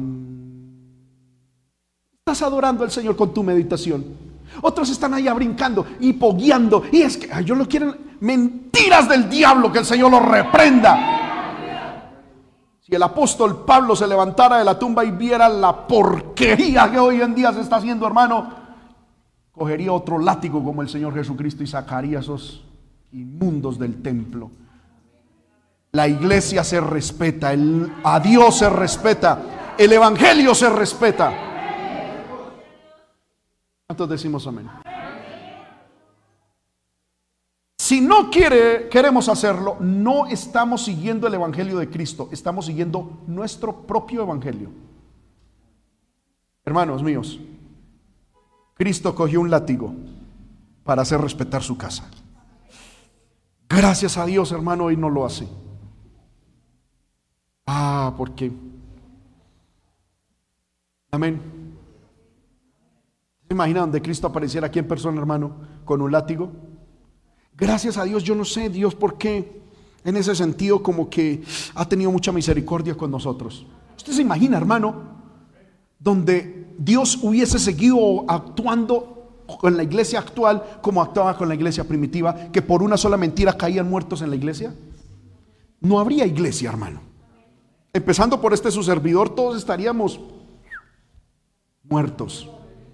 estás adorando al Señor con tu meditación. Otros están allá brincando y pogueando, y es que ellos lo quieren. Mentiras del diablo, que el Señor los reprenda. Si el apóstol Pablo se levantara de la tumba y viera la porquería que hoy en día se está haciendo, hermano, cogería otro látigo como el Señor Jesucristo y sacaría a esos inmundos del templo. La iglesia se respeta, a Dios se respeta, el evangelio se respeta. ¿Cuántos decimos amén? Si no queremos hacerlo, no estamos siguiendo el evangelio de Cristo, estamos siguiendo nuestro propio evangelio. Hermanos míos, Cristo cogió un látigo para hacer respetar su casa. Gracias a Dios, hermano, hoy no lo hace. Porque amén. ¿Se imagina donde Cristo apareciera aquí en persona, hermano, con un látigo? Gracias a Dios, yo no sé Dios por qué en ese sentido como que ha tenido mucha misericordia con nosotros. Usted se imagina, hermano, donde Dios hubiese seguido actuando con la iglesia actual como actuaba con la iglesia primitiva, que por una sola mentira caían muertos en la iglesia. No habría iglesia, hermano. Empezando por su servidor, todos estaríamos muertos.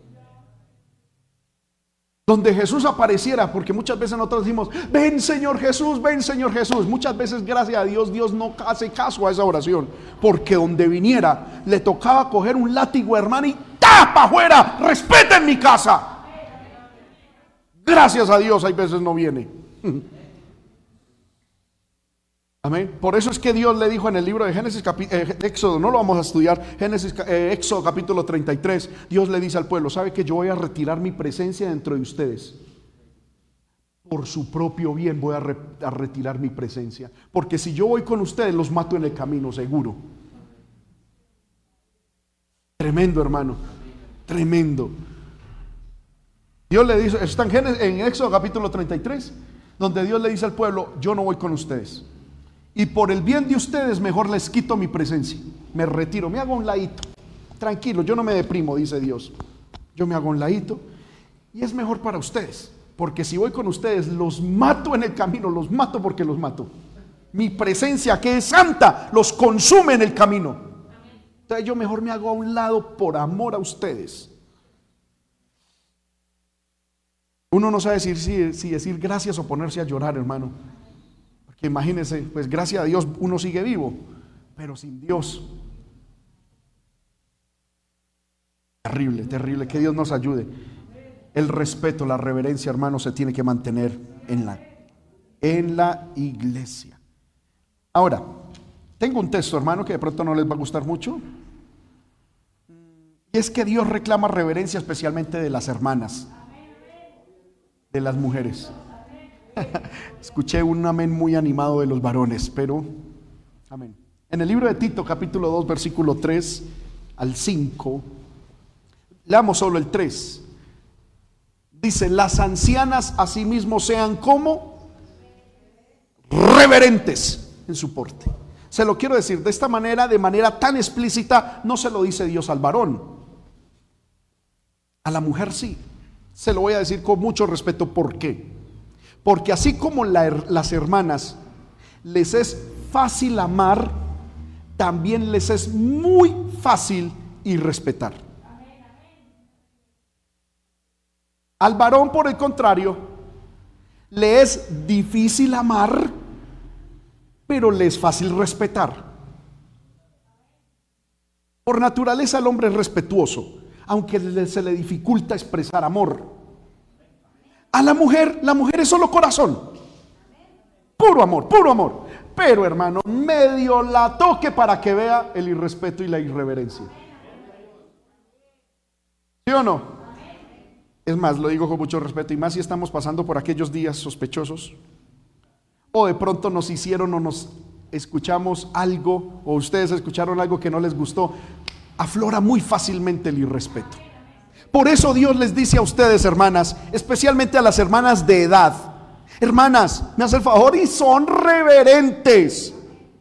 Donde Jesús apareciera, porque muchas veces nosotros decimos: ven Señor Jesús, ven Señor Jesús. Muchas veces, gracias a Dios, Dios no hace caso a esa oración, porque donde viniera le tocaba coger un látigo, hermano, y ¡tapa afuera! ¡Respeten mi casa! Gracias a Dios, hay veces no viene. Amén. Por eso es que Dios le dijo en el libro de Génesis, Éxodo, no lo vamos a estudiar, Éxodo capítulo 33, Dios le dice al pueblo: sabe que yo voy a retirar mi presencia dentro de ustedes. Por su propio bien voy a retirar mi presencia, porque si yo voy con ustedes los mato en el camino, seguro. Tremendo, hermano, tremendo. Dios le dice, está en Éxodo capítulo 33, donde Dios le dice al pueblo: yo no voy con ustedes, y por el bien de ustedes mejor les quito mi presencia, me retiro, me hago un ladito, tranquilo, yo no me deprimo, dice Dios, yo me hago un ladito, y es mejor para ustedes, porque si voy con ustedes los mato en el camino, los mato porque los mato. Mi presencia, que es santa, los consume en el camino. Entonces yo mejor me hago a un lado por amor a ustedes. Uno no sabe si decir gracias o ponerse a llorar, hermano. Porque imagínense, pues gracias a Dios uno sigue vivo, pero sin Dios. Terrible, terrible, que Dios nos ayude. El respeto, la reverencia, hermano, se tiene que mantener en la iglesia. Ahora, tengo un texto, hermano, que de pronto no les va a gustar mucho. Y es que Dios reclama reverencia especialmente de las hermanas, de las mujeres. Escuché un amén muy animado de los varones, pero amén. En el libro de Tito, capítulo 2, versículo 3 al 5, leamos solo el 3. Dice: las ancianas asimismo sean como reverentes en su porte. Se lo quiero decir de esta manera, de manera tan explícita, no se lo dice Dios al varón. A la mujer sí. Se lo voy a decir con mucho respeto. ¿Por qué? Porque así como las hermanas les es fácil amar, también les es muy fácil irrespetar. Al varón, por el contrario, le es difícil amar, pero le es fácil respetar. Por naturaleza el hombre es respetuoso, aunque se le dificulta expresar amor. A la mujer es solo corazón. puro amor, puro amor. Pero hermano, medio la toque para que vea el irrespeto y la irreverencia. ¿Sí o no? Es más, lo digo con mucho respeto, y más si estamos pasando por aquellos días sospechosos, o de pronto nos hicieron o nos escuchamos algo, o ustedes escucharon algo que no les gustó, aflora muy fácilmente el irrespeto. Por eso Dios les dice a ustedes, hermanas, especialmente a las hermanas de edad: hermanas, me hace el favor y son reverentes.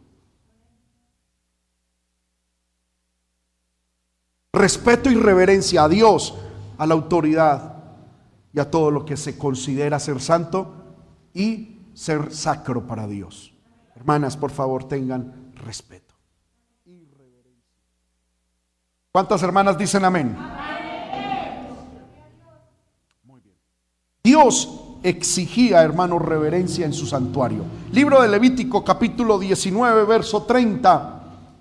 Respeto y reverencia a Dios, a la autoridad y a todo lo que se considera ser santo y ser sacro para Dios. Hermanas, por favor, tengan respeto y reverencia. ¿Cuántas hermanas dicen amén? Muy bien. Dios exigía, hermanos, reverencia en su santuario. Libro de Levítico, capítulo 19, verso 30.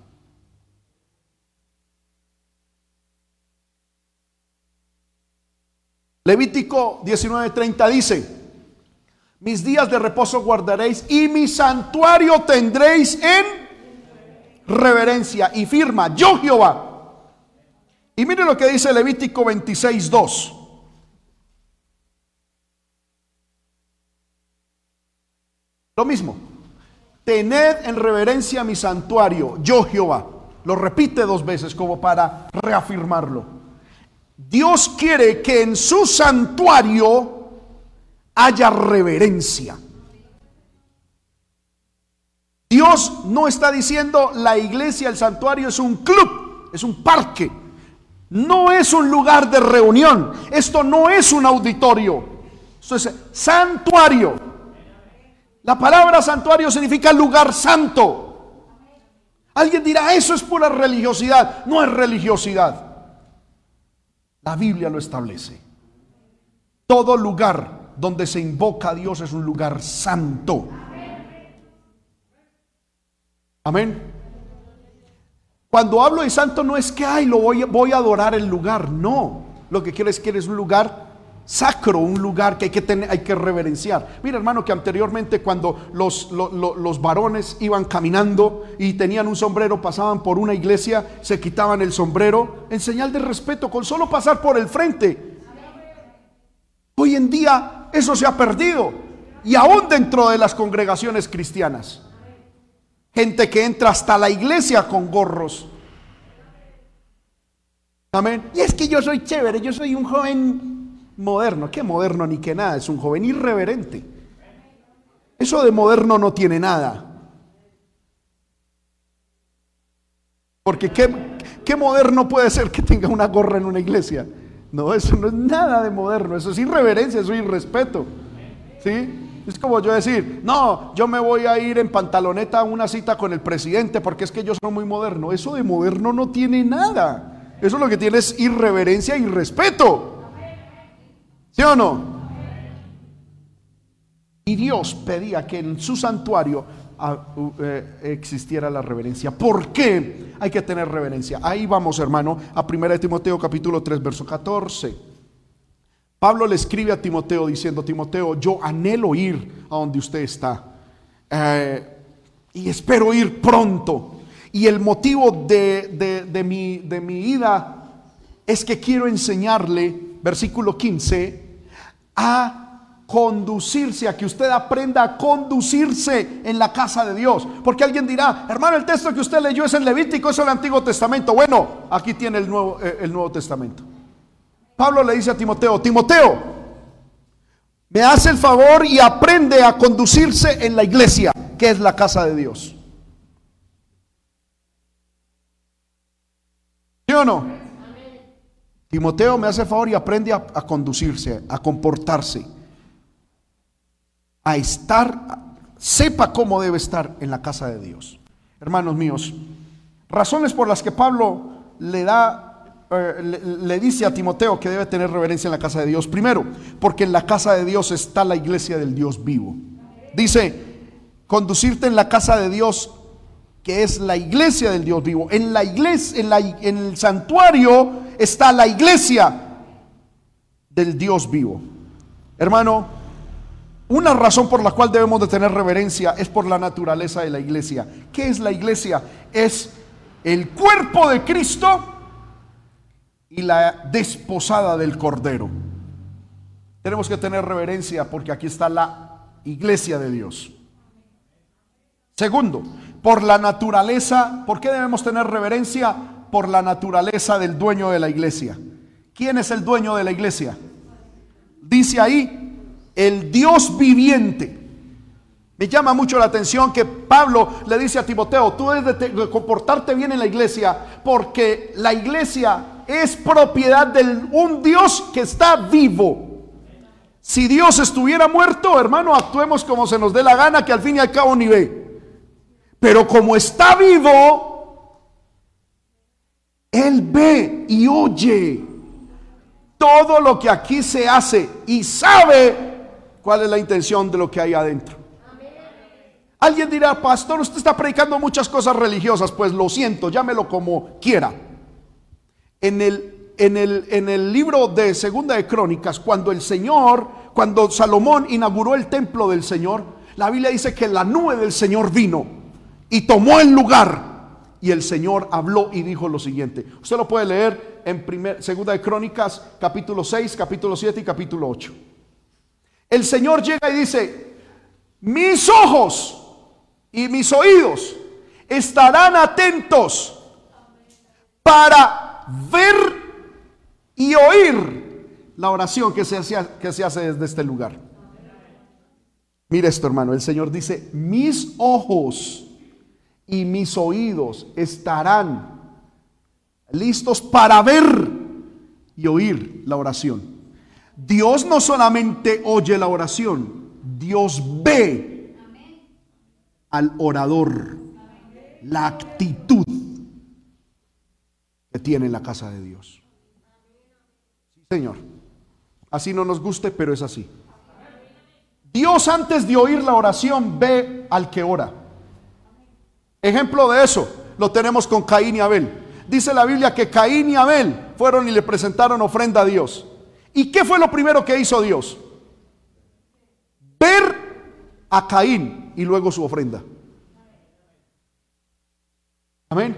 Levítico 19:30 dice: mis días de reposo guardaréis y mi santuario tendréis en reverencia. Y firma: yo Jehová. Y mire lo que dice Levítico 26:2. Lo mismo: tened en reverencia mi santuario, yo Jehová. Lo repite dos veces como para reafirmarlo. Dios quiere que en su santuario haya reverencia. Dios no está diciendo la iglesia, el santuario es un club, es un parque, no es un lugar de reunión, esto no es un auditorio, esto es santuario. La palabra santuario significa lugar santo. Alguien dirá: eso es pura religiosidad. No es religiosidad. La Biblia lo establece. Todo lugar donde se invoca a Dios es un lugar santo. Amén. Cuando hablo de santo no es que voy a adorar el lugar. No, lo que quiero es que es un lugar sacro, un lugar que hay que reverenciar. Mira, hermano, que anteriormente cuando los varones iban caminando y tenían un sombrero, pasaban por una iglesia, se quitaban el sombrero en señal de respeto, con solo pasar por el frente. Hoy en día eso se ha perdido, y aún dentro de las congregaciones cristianas, gente que entra hasta la iglesia con gorros. Amén. Y es que yo soy chévere, yo soy un joven moderno. ¿Qué moderno ni qué nada? Es un joven irreverente. Eso de moderno no tiene nada. Porque ¿qué moderno puede ser que tenga una gorra en una iglesia? No, eso no es nada de moderno. Eso es irreverencia, eso es irrespeto. ¿Sí? Es como yo decir: no, yo me voy a ir en pantaloneta a una cita con el presidente porque es que yo soy muy moderno. Eso de moderno no tiene nada. Eso lo que tiene es irreverencia y respeto. ¿Sí o no? Y Dios pedía que en su santuario existiera la reverencia. ¿Por qué hay que tener reverencia? Ahí vamos, hermano, a 1 Timoteo capítulo 3, verso 14. Pablo le escribe a Timoteo diciendo: Timoteo, yo anhelo ir a donde usted está, y espero ir pronto. Y el motivo de mi ida es que quiero enseñarle, versículo 15, a conducirse, a que usted aprenda a conducirse en la casa de Dios. Porque alguien dirá: hermano, el texto que usted leyó es en Levítico, es el Antiguo Testamento. Bueno, aquí tiene el Nuevo Testamento. Pablo le dice a Timoteo: Timoteo, me hace el favor y aprende a conducirse en la iglesia, que es la casa de Dios. ¿Sí o no? Timoteo, me hace el favor y aprende a conducirse, a comportarse, a estar, sepa cómo debe estar en la casa de Dios. Hermanos míos, razones por las que Pablo le dice a Timoteo que debe tener reverencia en la casa de Dios. Primero, porque en la casa de Dios está la iglesia del Dios vivo. Dice: conducirte en la casa de Dios, que es la iglesia del Dios vivo. En la iglesia, en el santuario está la iglesia del Dios vivo. Hermano, Una razón por la cual debemos de tener reverencia es por la naturaleza de la iglesia. ¿Qué es la iglesia? Es el cuerpo de Cristo y la desposada del Cordero. Tenemos que tener reverencia porque aquí está la iglesia de Dios. Segundo, por la naturaleza. ¿Por qué debemos tener reverencia? Por la naturaleza del dueño de la iglesia. ¿Quién es el dueño de la iglesia? Dice ahí, el Dios viviente. Me llama mucho la atención que Pablo le dice a Timoteo: tú debes de comportarte bien en la iglesia, porque la iglesia es propiedad de un Dios que está vivo. Si Dios estuviera muerto, hermano, actuemos como se nos dé la gana, que al fin y al cabo ni ve. Pero como está vivo, Él ve y oye todo lo que aquí se hace y sabe cuál es la intención de lo que hay adentro. Alguien dirá: pastor, usted está predicando muchas cosas religiosas. Pues lo siento, llámelo como quiera. En el libro de Segunda de Crónicas, cuando Salomón inauguró el templo del Señor, la Biblia dice que la nube del Señor vino y tomó el lugar. Y el Señor habló y dijo lo siguiente. Usted lo puede leer en Segunda de Crónicas, capítulo 6, capítulo 7 y capítulo 8. El Señor llega y dice: mis ojos y mis oídos estarán atentos para ver y oír la oración que se hace desde este lugar. Mire esto, hermano. El Señor dice: mis ojos y mis oídos estarán listos para ver y oír la oración. Dios no solamente oye la oración, Dios ve al orador, la actitud que tiene en la casa de Dios. Sí, Señor. Así no nos guste, pero es así. Dios, antes de oír la oración, ve al que ora. Ejemplo de eso lo tenemos con Caín y Abel. Dice la Biblia que Caín y Abel fueron y le presentaron ofrenda a Dios. ¿Y qué fue lo primero que hizo Dios? Ver a Caín y luego su ofrenda. Amén.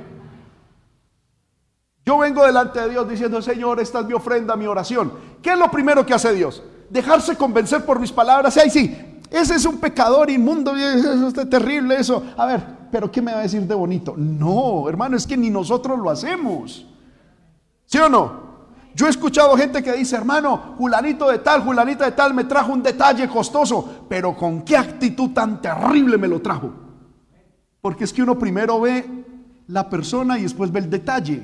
Yo vengo delante de Dios diciendo: Señor, esta es mi ofrenda, mi oración. ¿Qué es lo primero que hace Dios? Dejarse convencer por mis palabras. Ay, sí, ese es un pecador inmundo, eso es terrible eso. A ver, pero ¿qué me va a decir de bonito? No, hermano, es que ni nosotros lo hacemos. ¿Sí o no? Yo he escuchado gente que dice: hermano, fulanito de tal, fulanita de tal me trajo un detalle costoso, pero con qué actitud tan terrible me lo trajo. Porque es que uno primero ve la persona y después ve el detalle.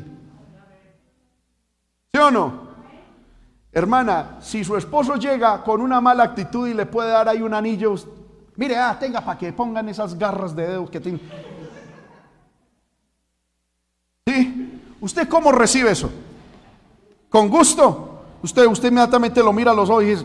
¿Sí o no? Hermana, si su esposo llega con una mala actitud y le puede dar ahí un anillo, mire, tenga para que pongan esas garras de dedos que tiene. ¿Sí? ¿Usted cómo recibe eso? Con gusto. Usted inmediatamente lo mira a los ojos y dice: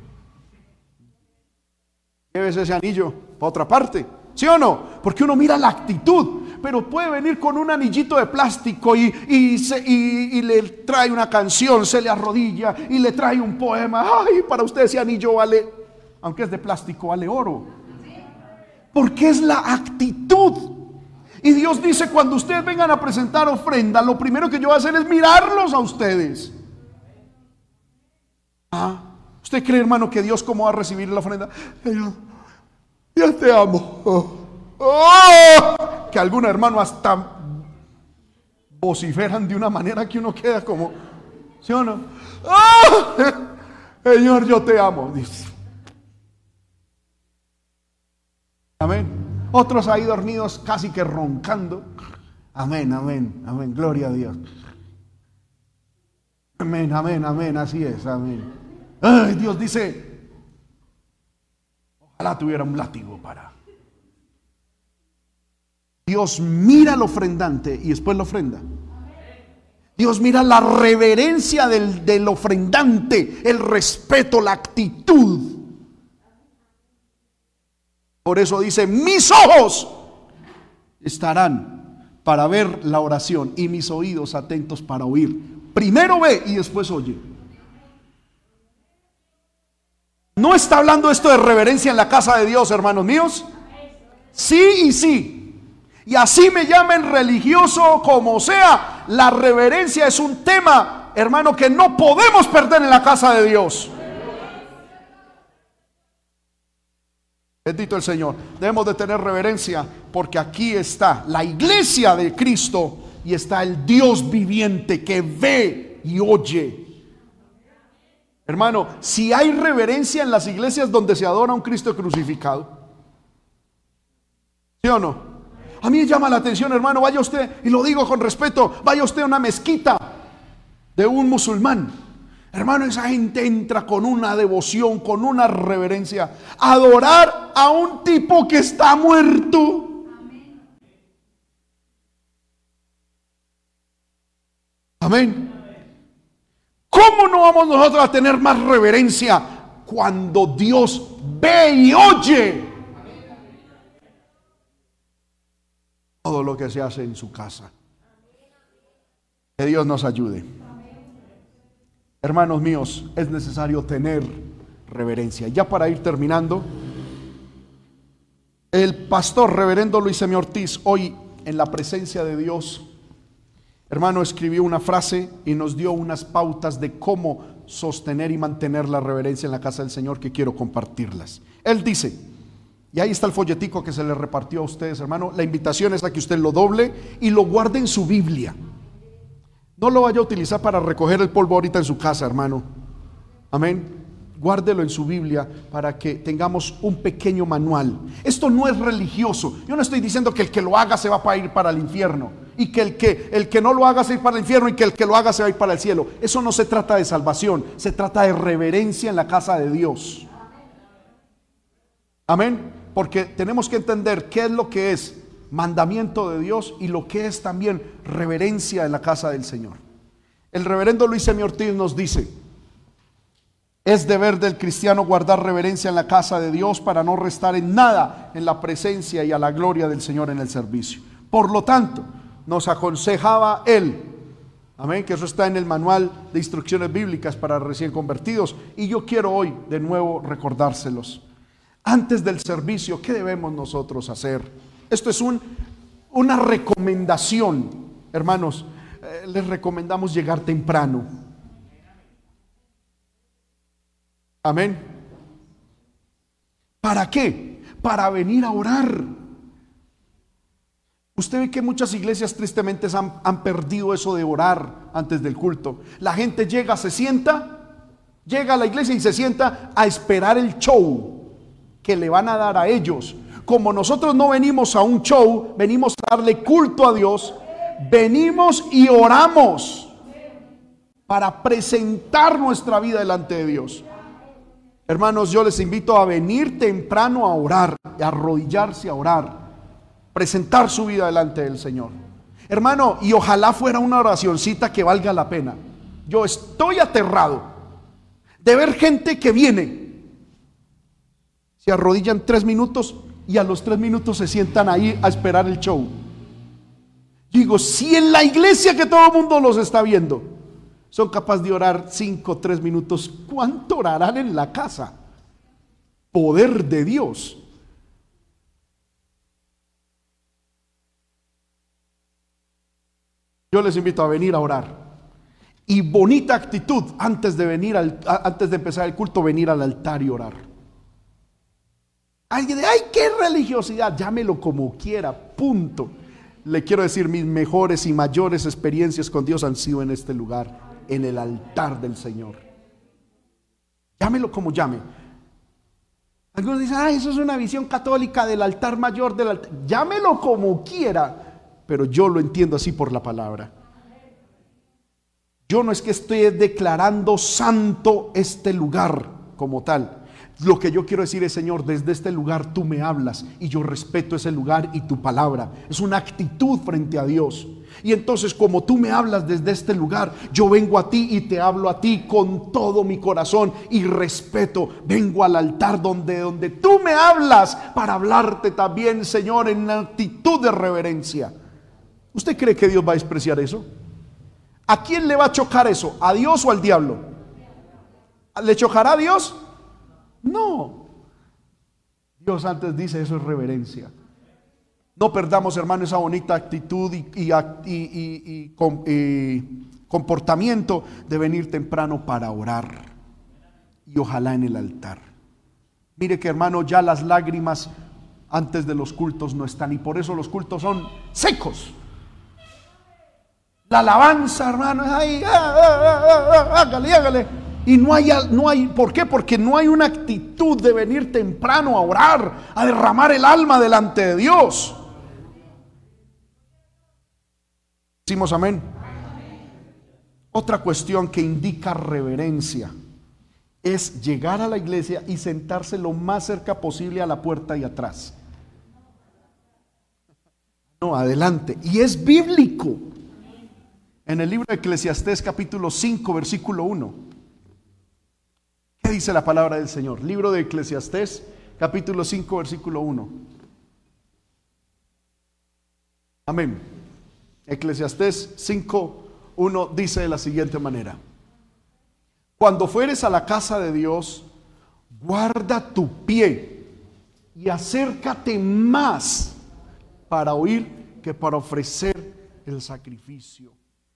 llévese ese anillo para otra parte. ¿Sí o no? Porque uno mira la actitud. Pero puede venir con un anillito de plástico y le trae una canción, se le arrodilla y le trae un poema. Ay, para usted ese anillo vale, aunque es de plástico, vale oro. Porque es la actitud. Y Dios dice: cuando ustedes vengan a presentar ofrenda, lo primero que yo voy a hacer es mirarlos a ustedes. ¿Usted cree, hermano, que Dios cómo va a recibir la ofrenda? Yo te amo. Que algunos hermanos hasta vociferan de una manera que uno queda como, ¿sí o no? Señor, yo te amo, dice. Amén. Otros ahí dormidos casi que roncando. Amén, amén, amén, gloria a Dios. Amén, amén, amén, así es, amén. Ay, Dios dice: ojalá tuviera un látigo para. Dios mira al ofrendante y después la ofrenda. Dios mira la reverencia del ofrendante, el respeto, la actitud. Por eso dice: mis ojos estarán para ver la oración y mis oídos atentos para oír. Primero ve y después oye. ¿No está hablando esto de reverencia en la casa de Dios, hermanos míos? Sí y sí. Y así me llamen religioso como sea, la reverencia es un tema, hermano, que no podemos perder en la casa de Dios. Bendito el Señor. Debemos de tener reverencia porque aquí está la iglesia de Cristo y está el Dios viviente que ve y oye. Hermano, si hay reverencia en las iglesias donde se adora a un Cristo crucificado, ¿sí o no? A mí me llama la atención, hermano, vaya usted, y lo digo con respeto, vaya usted a una mezquita de un musulmán. Hermano, esa gente entra con una devoción, con una reverencia, a adorar a un tipo que está muerto. Amén. ¿Cómo no vamos nosotros a tener más reverencia cuando Dios ve y oye todo lo que se hace en su casa? Que Dios nos ayude. Hermanos míos, es necesario tener reverencia. Ya para ir terminando, el pastor reverendo Luis M. Ortiz, hoy en la presencia de Dios, hermano, escribió una frase y nos dio unas pautas de cómo sostener y mantener la reverencia en la casa del Señor, que quiero compartirlas. Él dice, y ahí está el folletico que se le repartió a ustedes, hermano, la invitación es a que usted lo doble y lo guarde en su Biblia. No lo vaya a utilizar para recoger el polvo ahorita en su casa, hermano. Amén. Guárdelo en su Biblia para que tengamos un pequeño manual. Esto no es religioso. Yo no estoy diciendo que el que lo haga se va a ir para el infierno y que el que no lo haga se va a ir para el infierno y que el que lo haga se va a ir para el cielo. Eso no se trata de salvación, se trata de reverencia en la casa de Dios. Amén. Porque tenemos que entender qué es lo que es mandamiento de Dios y lo que es también reverencia en la casa del Señor. El reverendo Luis M. Ortiz nos dice: es deber del cristiano guardar reverencia en la casa de Dios para no restar en nada en la presencia y a la gloria del Señor en el servicio. Por lo tanto, nos aconsejaba él, amén, que eso está en el manual de instrucciones bíblicas para recién convertidos, y yo quiero hoy de nuevo recordárselos. Antes del servicio, ¿qué debemos nosotros hacer? Esto es una recomendación, hermanos. Les recomendamos llegar temprano. Amén. ¿Para qué? Para venir a orar. Usted ve que muchas iglesias tristemente han perdido eso de orar antes del culto. La gente llega, se sienta, llega a la iglesia y se sienta a esperar el show que le van a dar a ellos. Como nosotros no venimos a un show, venimos a darle culto a Dios, venimos y oramos para presentar nuestra vida delante de Dios. Hermanos, yo les invito a venir temprano a orar, a arrodillarse a orar, presentar su vida delante del Señor. Hermano, y ojalá fuera una oracioncita que valga la pena. Yo estoy aterrado de ver gente que viene, se arrodillan 3 minutos y a los 3 minutos se sientan ahí a esperar el show. Digo, si en la iglesia que todo el mundo los está viendo son capaces de orar 5, 3 minutos, ¿cuánto orarán en la casa? Poder de Dios. Yo les invito a venir a orar. Y bonita actitud antes de empezar el culto, venir al altar y orar. Alguien dice, ay, qué religiosidad, llámelo como quiera, punto. Le quiero decir, mis mejores y mayores experiencias con Dios han sido en este lugar, en el altar del Señor. Llámelo como llame. Algunos dicen, ay, eso es una visión católica del altar mayor, del altar. Llámelo como quiera, pero yo lo entiendo así por la palabra. Yo no es que esté declarando santo este lugar como tal. Lo que yo quiero decir es, Señor, desde este lugar tú me hablas y yo respeto ese lugar y tu palabra. Es una actitud frente a Dios. Y entonces, como tú me hablas desde este lugar, yo vengo a ti y te hablo a ti con todo mi corazón y respeto. Vengo al altar donde tú me hablas para hablarte también, Señor, en una actitud de reverencia. ¿Usted cree que Dios va a despreciar eso? ¿A quién le va a chocar eso? ¿A Dios o al diablo? ¿Le chocará a Dios? No. Dios antes dice, eso es reverencia. No perdamos, hermano, esa bonita actitud y comportamiento de venir temprano para orar. Y ojalá en el altar. Mire que, hermano, ya las lágrimas antes de los cultos no están, y por eso los cultos son secos. La alabanza, hermano, es ahí, hágale. Y no hay, ¿por qué? Porque no hay una actitud de venir temprano a orar, a derramar el alma delante de Dios. Decimos amén. Otra cuestión que indica reverencia es llegar a la iglesia y sentarse lo más cerca posible a la puerta y atrás. No, adelante. Y es bíblico. En el libro de Eclesiastés capítulo 5 versículo 1. ¿Qué dice la palabra del Señor? Libro de Eclesiastés capítulo 5 versículo 1. Amén. Eclesiastés 5:1 dice de la siguiente manera: cuando fueres a la casa de Dios, guarda tu pie y acércate más para oír que para ofrecer el sacrificio.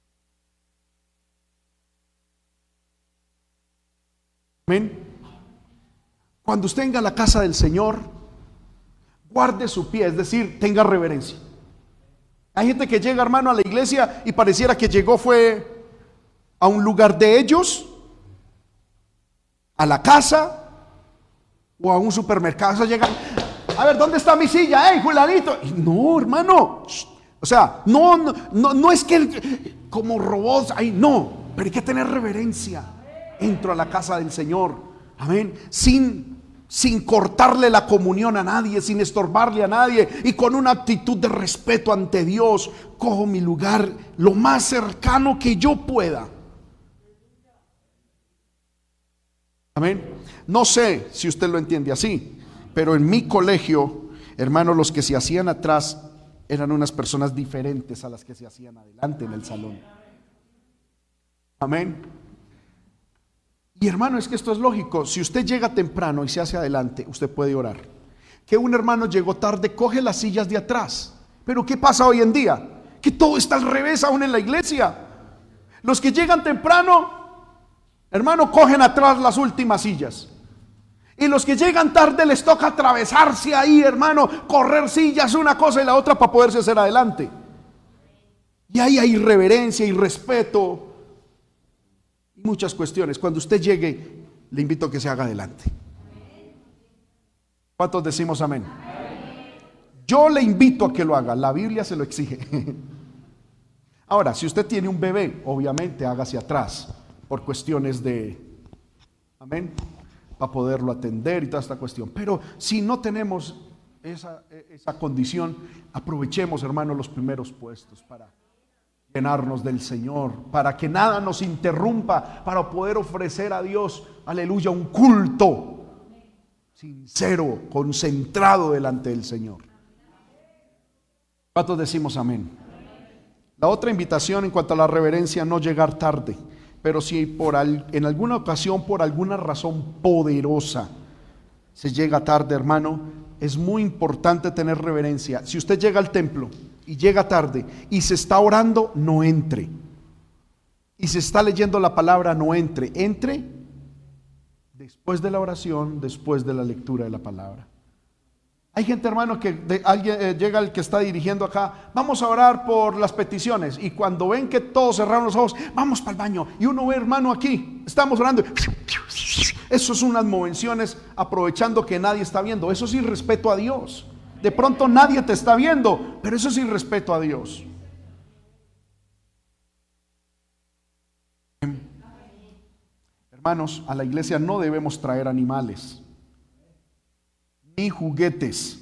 Amén. Cuando usted venga a la casa del Señor, guarde su pie, es decir, tenga reverencia. Hay gente que llega, hermano, a la iglesia y pareciera que llegó fue a un lugar de ellos, a la casa o a un supermercado. O sea, llegan, a ver, ¿dónde está mi silla? ¡Hey, fulanito! Y no, hermano. O sea, no es que como robots, ahí no, pero hay que tener reverencia. Entro a la casa del Señor, amén, sin cortarle la comunión a nadie, sin estorbarle a nadie, y con una actitud de respeto ante Dios, cojo mi lugar lo más cercano que yo pueda. Amén. No sé si usted lo entiende así, pero en mi colegio, hermanos, los que se hacían atrás eran unas personas diferentes a las que se hacían adelante en el salón. Amén. Y hermano, es que esto es lógico. Si usted llega temprano y se hace adelante, usted puede orar. Que un hermano llegó tarde, coge las sillas de atrás. Pero ¿qué pasa hoy en día? Que todo está al revés aún en la iglesia. Los que llegan temprano, hermano, cogen atrás las últimas sillas. Y los que llegan tarde les toca atravesarse ahí, hermano, correr sillas, una cosa y la otra para poderse hacer adelante. Y ahí hay irreverencia y respeto y muchas cuestiones. Cuando usted llegue, le invito a que se haga adelante. ¿Cuántos decimos amén? Yo le invito a que lo haga, la Biblia se lo exige. Ahora, si usted tiene un bebé, obviamente hágase atrás, por cuestiones de, amén, para poderlo atender y toda esta cuestión. Pero si no tenemos esa condición, aprovechemos, hermanos, los primeros puestos para llenarnos del Señor, para que nada nos interrumpa, para poder ofrecer a Dios, aleluya, un culto sincero, concentrado delante del Señor. ¿Cuántos decimos amén? La otra invitación en cuanto a la reverencia, no llegar tarde. Pero si en alguna ocasión, por alguna razón poderosa, se llega tarde, hermano, es muy importante tener reverencia. Si usted llega al templo y llega tarde y se está orando, no entre. Y se está leyendo la palabra, no entre. Entre después de la oración, después de la lectura de la palabra. Hay gente, hermano, que alguien llega el que está dirigiendo acá, vamos a orar por las peticiones, y cuando ven que todos cerraron los ojos, vamos para el baño, y uno ve, hermano, aquí estamos orando, eso son unas movenciones aprovechando que nadie está viendo. Eso es irrespeto a Dios. De pronto nadie te está viendo, pero eso es irrespeto a Dios. Hermanos, a la iglesia no debemos traer animales ni juguetes,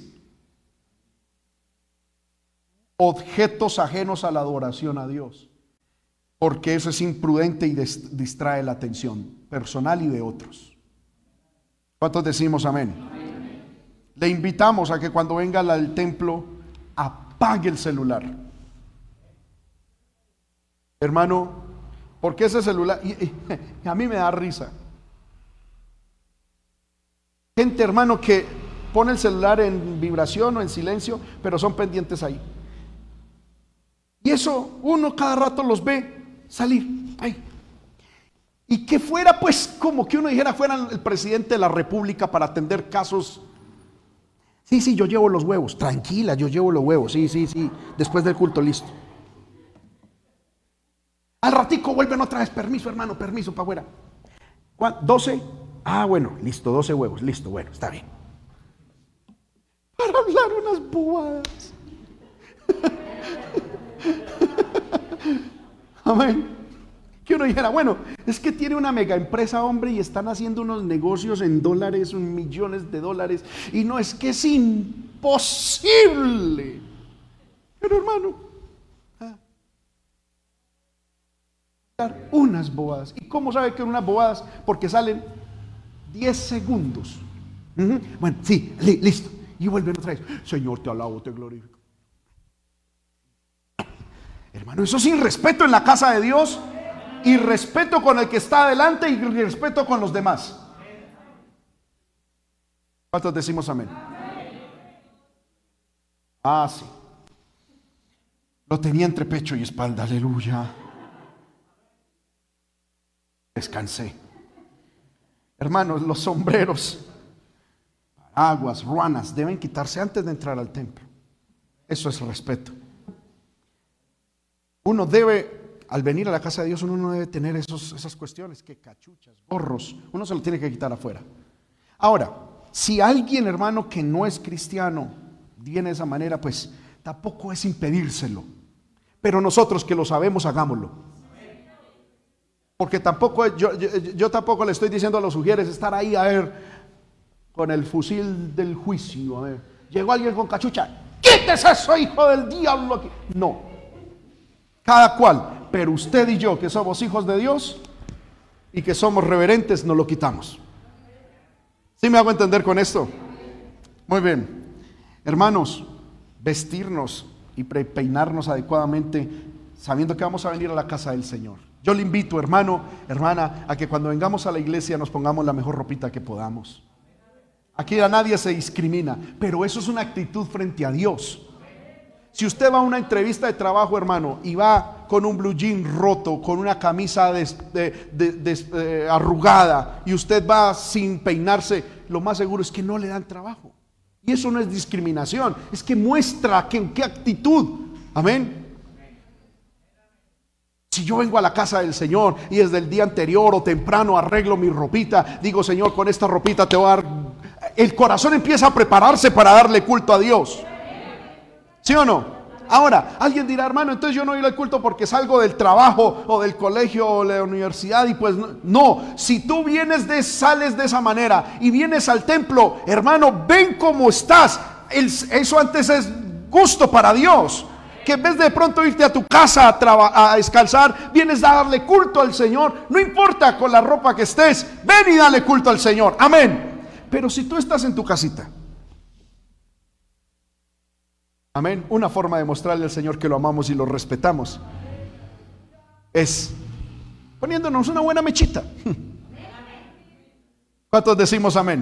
objetos ajenos a la adoración a Dios, porque eso es imprudente y distrae la atención personal y de otros. ¿Cuántos decimos amén? Amén. Le invitamos a que cuando venga al templo apague el celular, hermano, porque ese celular, y a mí me da risa. Gente, hermano, que pone el celular en vibración o en silencio, pero son pendientes ahí. Y eso uno cada rato los ve salir ahí. Y que fuera pues como que uno dijera fuera el presidente de la república para atender casos. Sí, yo llevo los huevos. Tranquila, yo llevo los huevos. Sí. Después del culto, listo. Al ratico vuelven otra vez. Permiso, hermano, permiso para afuera. 12. Ah, bueno, listo, 12 huevos. Listo, bueno, está bien. Para hablar unas bobadas. Amén. Que uno dijera, bueno, es que tiene una mega empresa, hombre, y están haciendo unos negocios en dólares, millones de dólares, y no, es que es imposible. Pero hermano, unas bobadas. ¿Y cómo sabe que son unas bobadas? Porque salen 10 segundos. Bueno, sí, listo. Y vuelven otra vez. Señor, te alabo, te glorifico. Hermano, eso es irrespeto en la casa de Dios. Y respeto con el que está adelante y respeto con los demás. ¿Cuántos decimos amén? Ah, sí. Lo tenía entre pecho y espalda, aleluya. Descansé. Hermanos, los sombreros, paraguas, ruanas deben quitarse antes de entrar al templo. Eso es respeto. Uno debe, al venir a la casa de Dios, uno no debe tener esas cuestiones, que cachuchas, gorros, uno se lo tiene que quitar afuera. Ahora, si alguien, hermano, que no es cristiano viene de esa manera, pues tampoco es impedírselo, pero nosotros que lo sabemos, hagámoslo. Porque tampoco, yo tampoco le estoy diciendo a los sugieres estar ahí a ver con el fusil del juicio, a ver, llegó alguien con cachucha, quítese eso, hijo del diablo aquí. No, cada cual. Pero usted y yo, que somos hijos de Dios y que somos reverentes, nos lo quitamos. ¿Sí me hago entender con esto? Muy bien. Hermanos, vestirnos y peinarnos adecuadamente, sabiendo que vamos a venir a la casa del Señor. Yo le invito, hermano, hermana, a que cuando vengamos a la iglesia nos pongamos la mejor ropita que podamos. Aquí a nadie se discrimina, pero eso es una actitud frente a Dios. Si usted va a una entrevista de trabajo, hermano, y va con un blue jean roto, con una camisa arrugada, y usted va sin peinarse, lo más seguro es que no le dan trabajo. Y eso no es discriminación, es que muestra qué actitud. Amén. Si yo vengo a la casa del Señor y desde el día anterior o temprano arreglo mi ropita, digo, Señor, con esta ropita te voy a dar, el corazón empieza a prepararse para darle culto a Dios. ¿Sí o no? Ahora, alguien dirá, hermano, entonces yo no voy al culto porque salgo del trabajo o del colegio o de la universidad y pues no. Si tú sales de esa manera y vienes al templo, hermano, ven cómo estás. Eso antes es gusto para Dios. Que en vez de pronto irte a tu casa a descansar, vienes a darle culto al Señor. No importa con la ropa que estés, ven y dale culto al Señor. Amén. Pero si tú estás en tu casita, amén, una forma de mostrarle al Señor que lo amamos y lo respetamos es poniéndonos una buena mechita. ¿Cuántos decimos amén?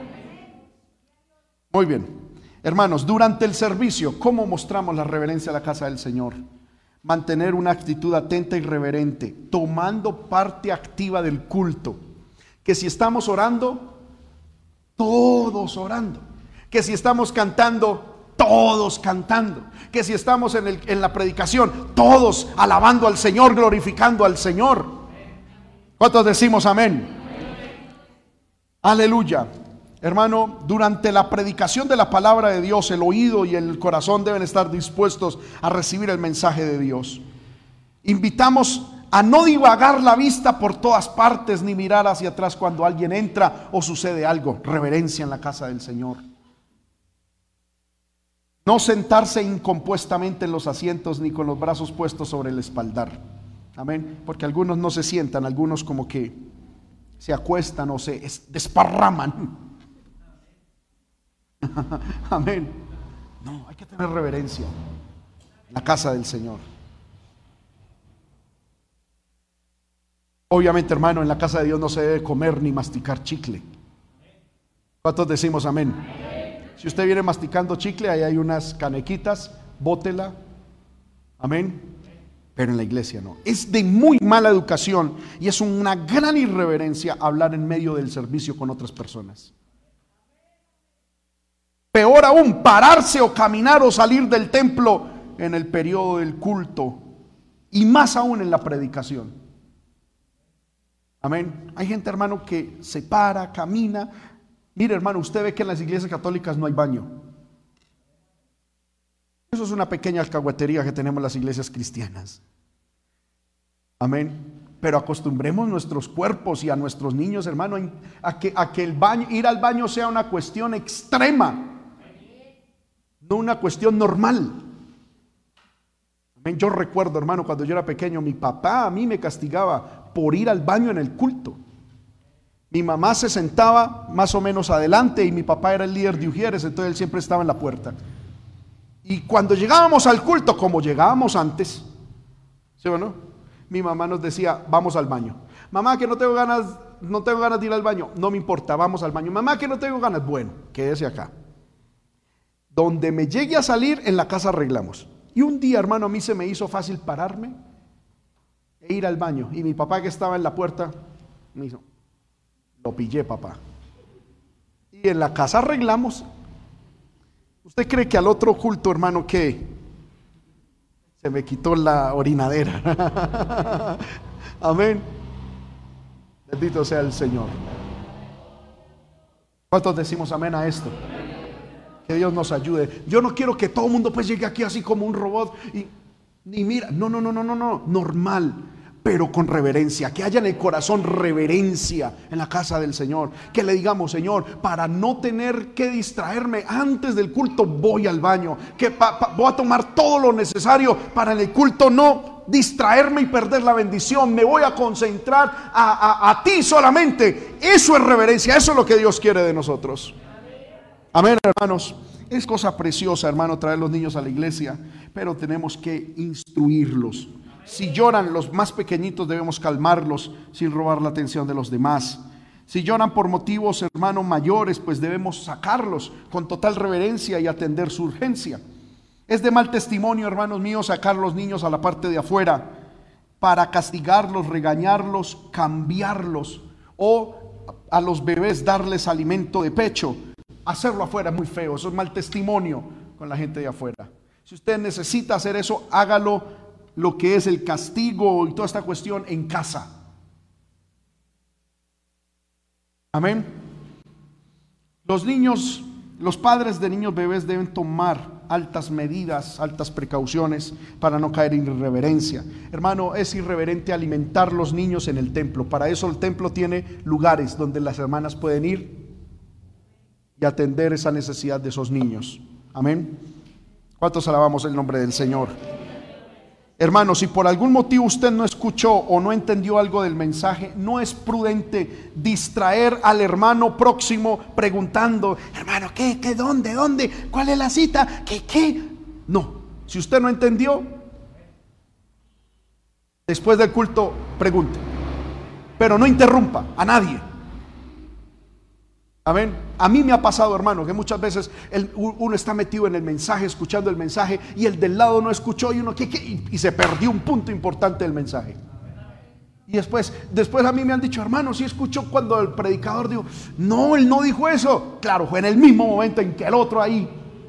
Muy bien. Hermanos, durante el servicio, ¿cómo mostramos la reverencia a la casa del Señor? Mantener una actitud atenta y reverente, tomando parte activa del culto. Que si estamos orando, todos orando. Que si estamos cantando, todos cantando. Que si estamos en la predicación, todos alabando al Señor, glorificando al Señor. ¿Cuántos decimos amén? Aleluya. Hermano, durante la predicación de la palabra de Dios, el oído y el corazón deben estar dispuestos a recibir el mensaje de Dios. Invitamos a no divagar la vista por todas partes, ni mirar hacia atrás cuando alguien entra o sucede algo. Reverencia en la casa del Señor. No sentarse incompuestamente en los asientos ni con los brazos puestos sobre el espaldar. Amén. Porque algunos no se sientan, algunos como que se acuestan o se desparraman. Amén. No, hay que tener reverencia en la casa del Señor. Obviamente, hermano, en la casa de Dios no se debe comer ni masticar chicle. ¿Cuántos decimos amén? Si usted viene masticando chicle, ahí hay unas canequitas, bótela. Amén. Pero en la iglesia no. Es de muy mala educación y es una gran irreverencia hablar en medio del servicio con otras personas. Peor aún, pararse o caminar o salir del templo en el periodo del culto, y más aún en la predicación. Amén. Hay gente, hermano, que se para, camina. Mire, hermano, usted ve que en las iglesias católicas no hay baño. Eso es una pequeña alcahuetería que tenemos en las iglesias cristianas. Amén. Pero acostumbremos nuestros cuerpos y a nuestros niños, hermano, a que el baño, ir al baño sea una cuestión extrema, no una cuestión normal. Amén. Yo recuerdo, hermano, cuando yo era pequeño, mi papá a mí me castigaba por ir al baño en el culto. Mi mamá se sentaba más o menos adelante y mi papá era el líder de Ujieres, entonces él siempre estaba en la puerta. Y cuando llegábamos al culto, como llegábamos antes, ¿sí o no? Mi mamá nos decía, vamos al baño. Mamá, que no tengo ganas de ir al baño. No me importa, vamos al baño. Mamá, que no tengo ganas. Bueno, quédese acá. Donde me llegue a salir, en la casa arreglamos. Y un día, hermano, a mí se me hizo fácil pararme e ir al baño. Y mi papá, que estaba en la puerta, me hizo, lo pillé, papá. Y en la casa arreglamos. ¿Usted cree que al otro culto, hermano, que se me quitó la orinadera? Amén. Bendito sea el Señor. ¿Cuántos decimos amén a esto? Que Dios nos ayude. Yo no quiero que todo el mundo pues llegue aquí así como un robot y ni mira, no, normal, pero con reverencia, que haya en el corazón reverencia en la casa del Señor, que le digamos, Señor, para no tener que distraerme antes del culto, voy al baño, que voy a tomar todo lo necesario para en el culto no distraerme y perder la bendición, me voy a concentrar a ti solamente. Eso es reverencia, eso es lo que Dios quiere de nosotros. Amén, hermanos. Es cosa preciosa, hermano, traer los niños a la iglesia, pero tenemos que instruirlos. Si lloran los más pequeñitos, debemos calmarlos sin robar la atención de los demás. Si lloran por motivos, hermano, mayores, pues debemos sacarlos con total reverencia y atender su urgencia. Es de mal testimonio, hermanos míos, sacar los niños a la parte de afuera para castigarlos, regañarlos, cambiarlos, o a los bebés darles alimento de pecho. Hacerlo afuera es muy feo, eso es mal testimonio con la gente de afuera. Si usted necesita hacer eso, hágalo, lo que es el castigo y toda esta cuestión, en casa. Amén. Los niños, los padres de niños bebés deben tomar altas medidas, altas precauciones para no caer en irreverencia. Hermano, es irreverente alimentar los niños en el templo. Para eso el templo tiene lugares donde las hermanas pueden ir y atender esa necesidad de esos niños. Amén. ¿Cuántos alabamos el nombre del Señor? Hermano, si por algún motivo usted no escuchó o no entendió algo del mensaje, no es prudente distraer al hermano próximo preguntando, hermano, ¿qué, dónde, cuál es la cita, qué? No, si usted no entendió, después del culto pregunte, pero no interrumpa a nadie. Amén. A mí me ha pasado, hermano, que muchas veces uno está metido en el mensaje, escuchando el mensaje, y el del lado no escuchó y uno y se perdió un punto importante del mensaje. Y después a mí me han dicho, hermano, ¿sí escuchó cuando el predicador dijo, no, él no dijo eso? Claro, fue en el mismo momento en que el otro ahí.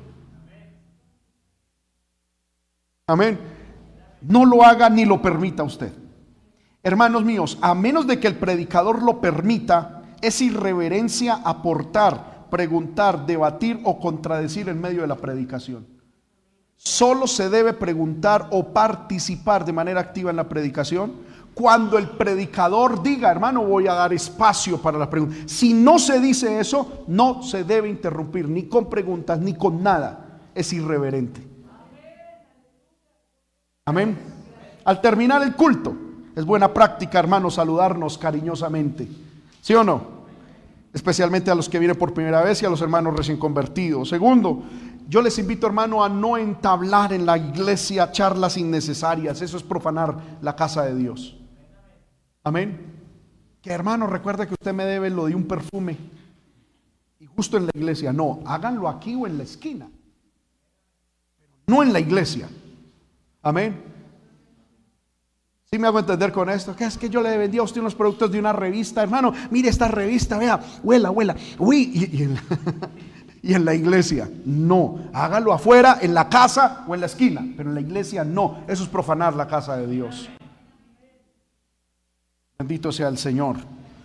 Amén. No lo haga ni lo permita usted. Hermanos míos, a menos de que el predicador lo permita, es irreverencia aportar, preguntar, debatir o contradecir en medio de la predicación. Solo se debe preguntar o participar de manera activa en la predicación cuando el predicador diga, hermano, voy a dar espacio para la pregunta. Si no se dice eso, no se debe interrumpir ni con preguntas ni con nada. Es irreverente. Amén. Al terminar el culto, es buena práctica, hermano, saludarnos cariñosamente. ¿Sí o no? Especialmente a los que vienen por primera vez y a los hermanos recién convertidos. Segundo, yo les invito, hermano, a no entablar en la iglesia charlas innecesarias. Eso es profanar la casa de Dios. Amén. Que, hermano, recuerde que usted me debe lo de un perfume. Y justo en la iglesia. No, háganlo aquí o en la esquina, no en la iglesia. Amén. ¿Sí me hago entender con esto? Que es que yo le vendí a usted unos productos de una revista, hermano, mire esta revista, vea, huela, uy, y en la iglesia, no, hágalo afuera, en la casa o en la esquina, pero en la iglesia no, eso es profanar la casa de Dios. Bendito sea el Señor.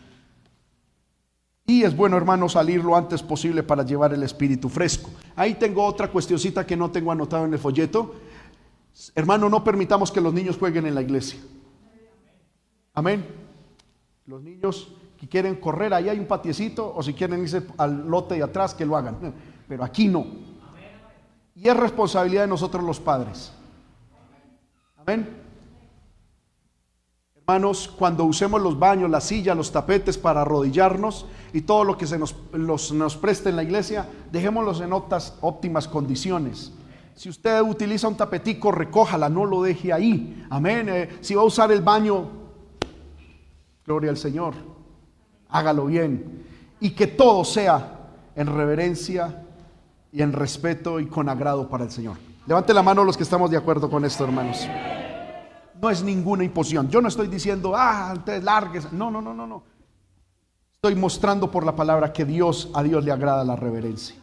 Y es bueno, hermano, salir lo antes posible para llevar el espíritu fresco. Ahí tengo otra cuestioncita que no tengo anotado en el folleto. Hermano, no permitamos que los niños jueguen en la iglesia. Amén. Los niños que quieren correr, ahí hay un patiecito, o si quieren irse al lote de atrás, que lo hagan, pero aquí no. Y es responsabilidad de nosotros los padres. Amén. Hermanos, cuando usemos los baños, las sillas, los tapetes para arrodillarnos y todo lo que se nos preste en la iglesia, dejémoslos en óptimas condiciones. Si usted utiliza un tapetico, recójala, no lo deje ahí. Amén. Si va a usar el baño, gloria al Señor, hágalo bien. Y que todo sea en reverencia y en respeto y con agrado para el Señor. Levante la mano los que estamos de acuerdo con esto, hermanos. No es ninguna imposición. Yo no estoy diciendo, ustedes largues. No. Estoy mostrando por la palabra que a Dios le agrada la reverencia.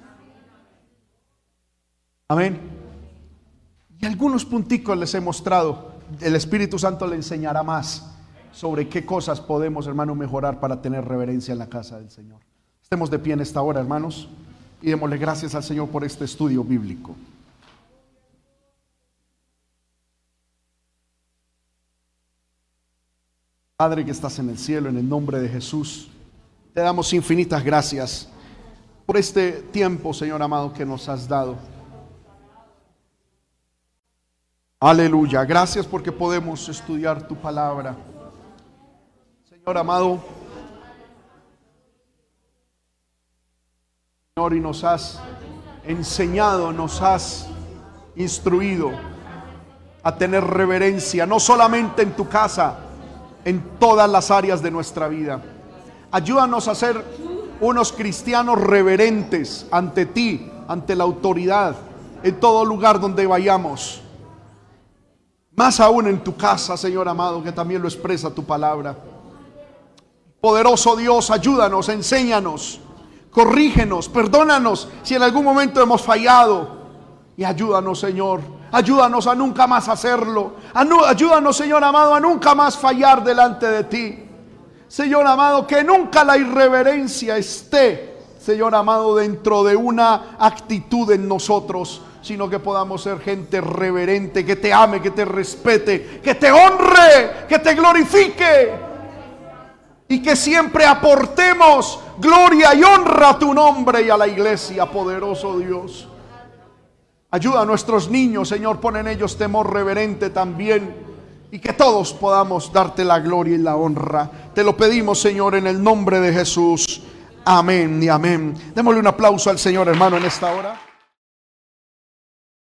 Amén. Y algunos punticos les he mostrado. El Espíritu Santo le enseñará más sobre qué cosas podemos, hermano, mejorar para tener reverencia en la casa del Señor. Estemos de pie en esta hora, hermanos, y démosle gracias al Señor por este estudio bíblico. Padre que estás en el cielo, en el nombre de Jesús, te damos infinitas gracias por este tiempo, Señor amado, que nos has dado. Aleluya, gracias porque podemos estudiar tu palabra. Señor amado, Señor, y nos has enseñado, nos has instruido a tener reverencia, no solamente en tu casa, en todas las áreas de nuestra vida. Ayúdanos a ser unos cristianos reverentes ante ti, ante la autoridad, en todo lugar donde vayamos. Más aún en tu casa, Señor amado, que también lo expresa tu palabra. Poderoso Dios, ayúdanos, enséñanos, corrígenos, perdónanos si en algún momento hemos fallado. Y ayúdanos, Señor, ayúdanos a nunca más hacerlo. Ayúdanos, Señor amado, a nunca más fallar delante de ti. Señor amado, que nunca la irreverencia esté, Señor amado, dentro de una actitud en nosotros, sino que podamos ser gente reverente, que te ame, que te respete, que te honre, que te glorifique, y que siempre aportemos gloria y honra a tu nombre y a la iglesia, poderoso Dios. Ayuda a nuestros niños, Señor, pon en ellos temor reverente también, y que todos podamos darte la gloria y la honra. Te lo pedimos, Señor, en el nombre de Jesús. Amén y amén. Démosle un aplauso al Señor, hermano, en esta hora.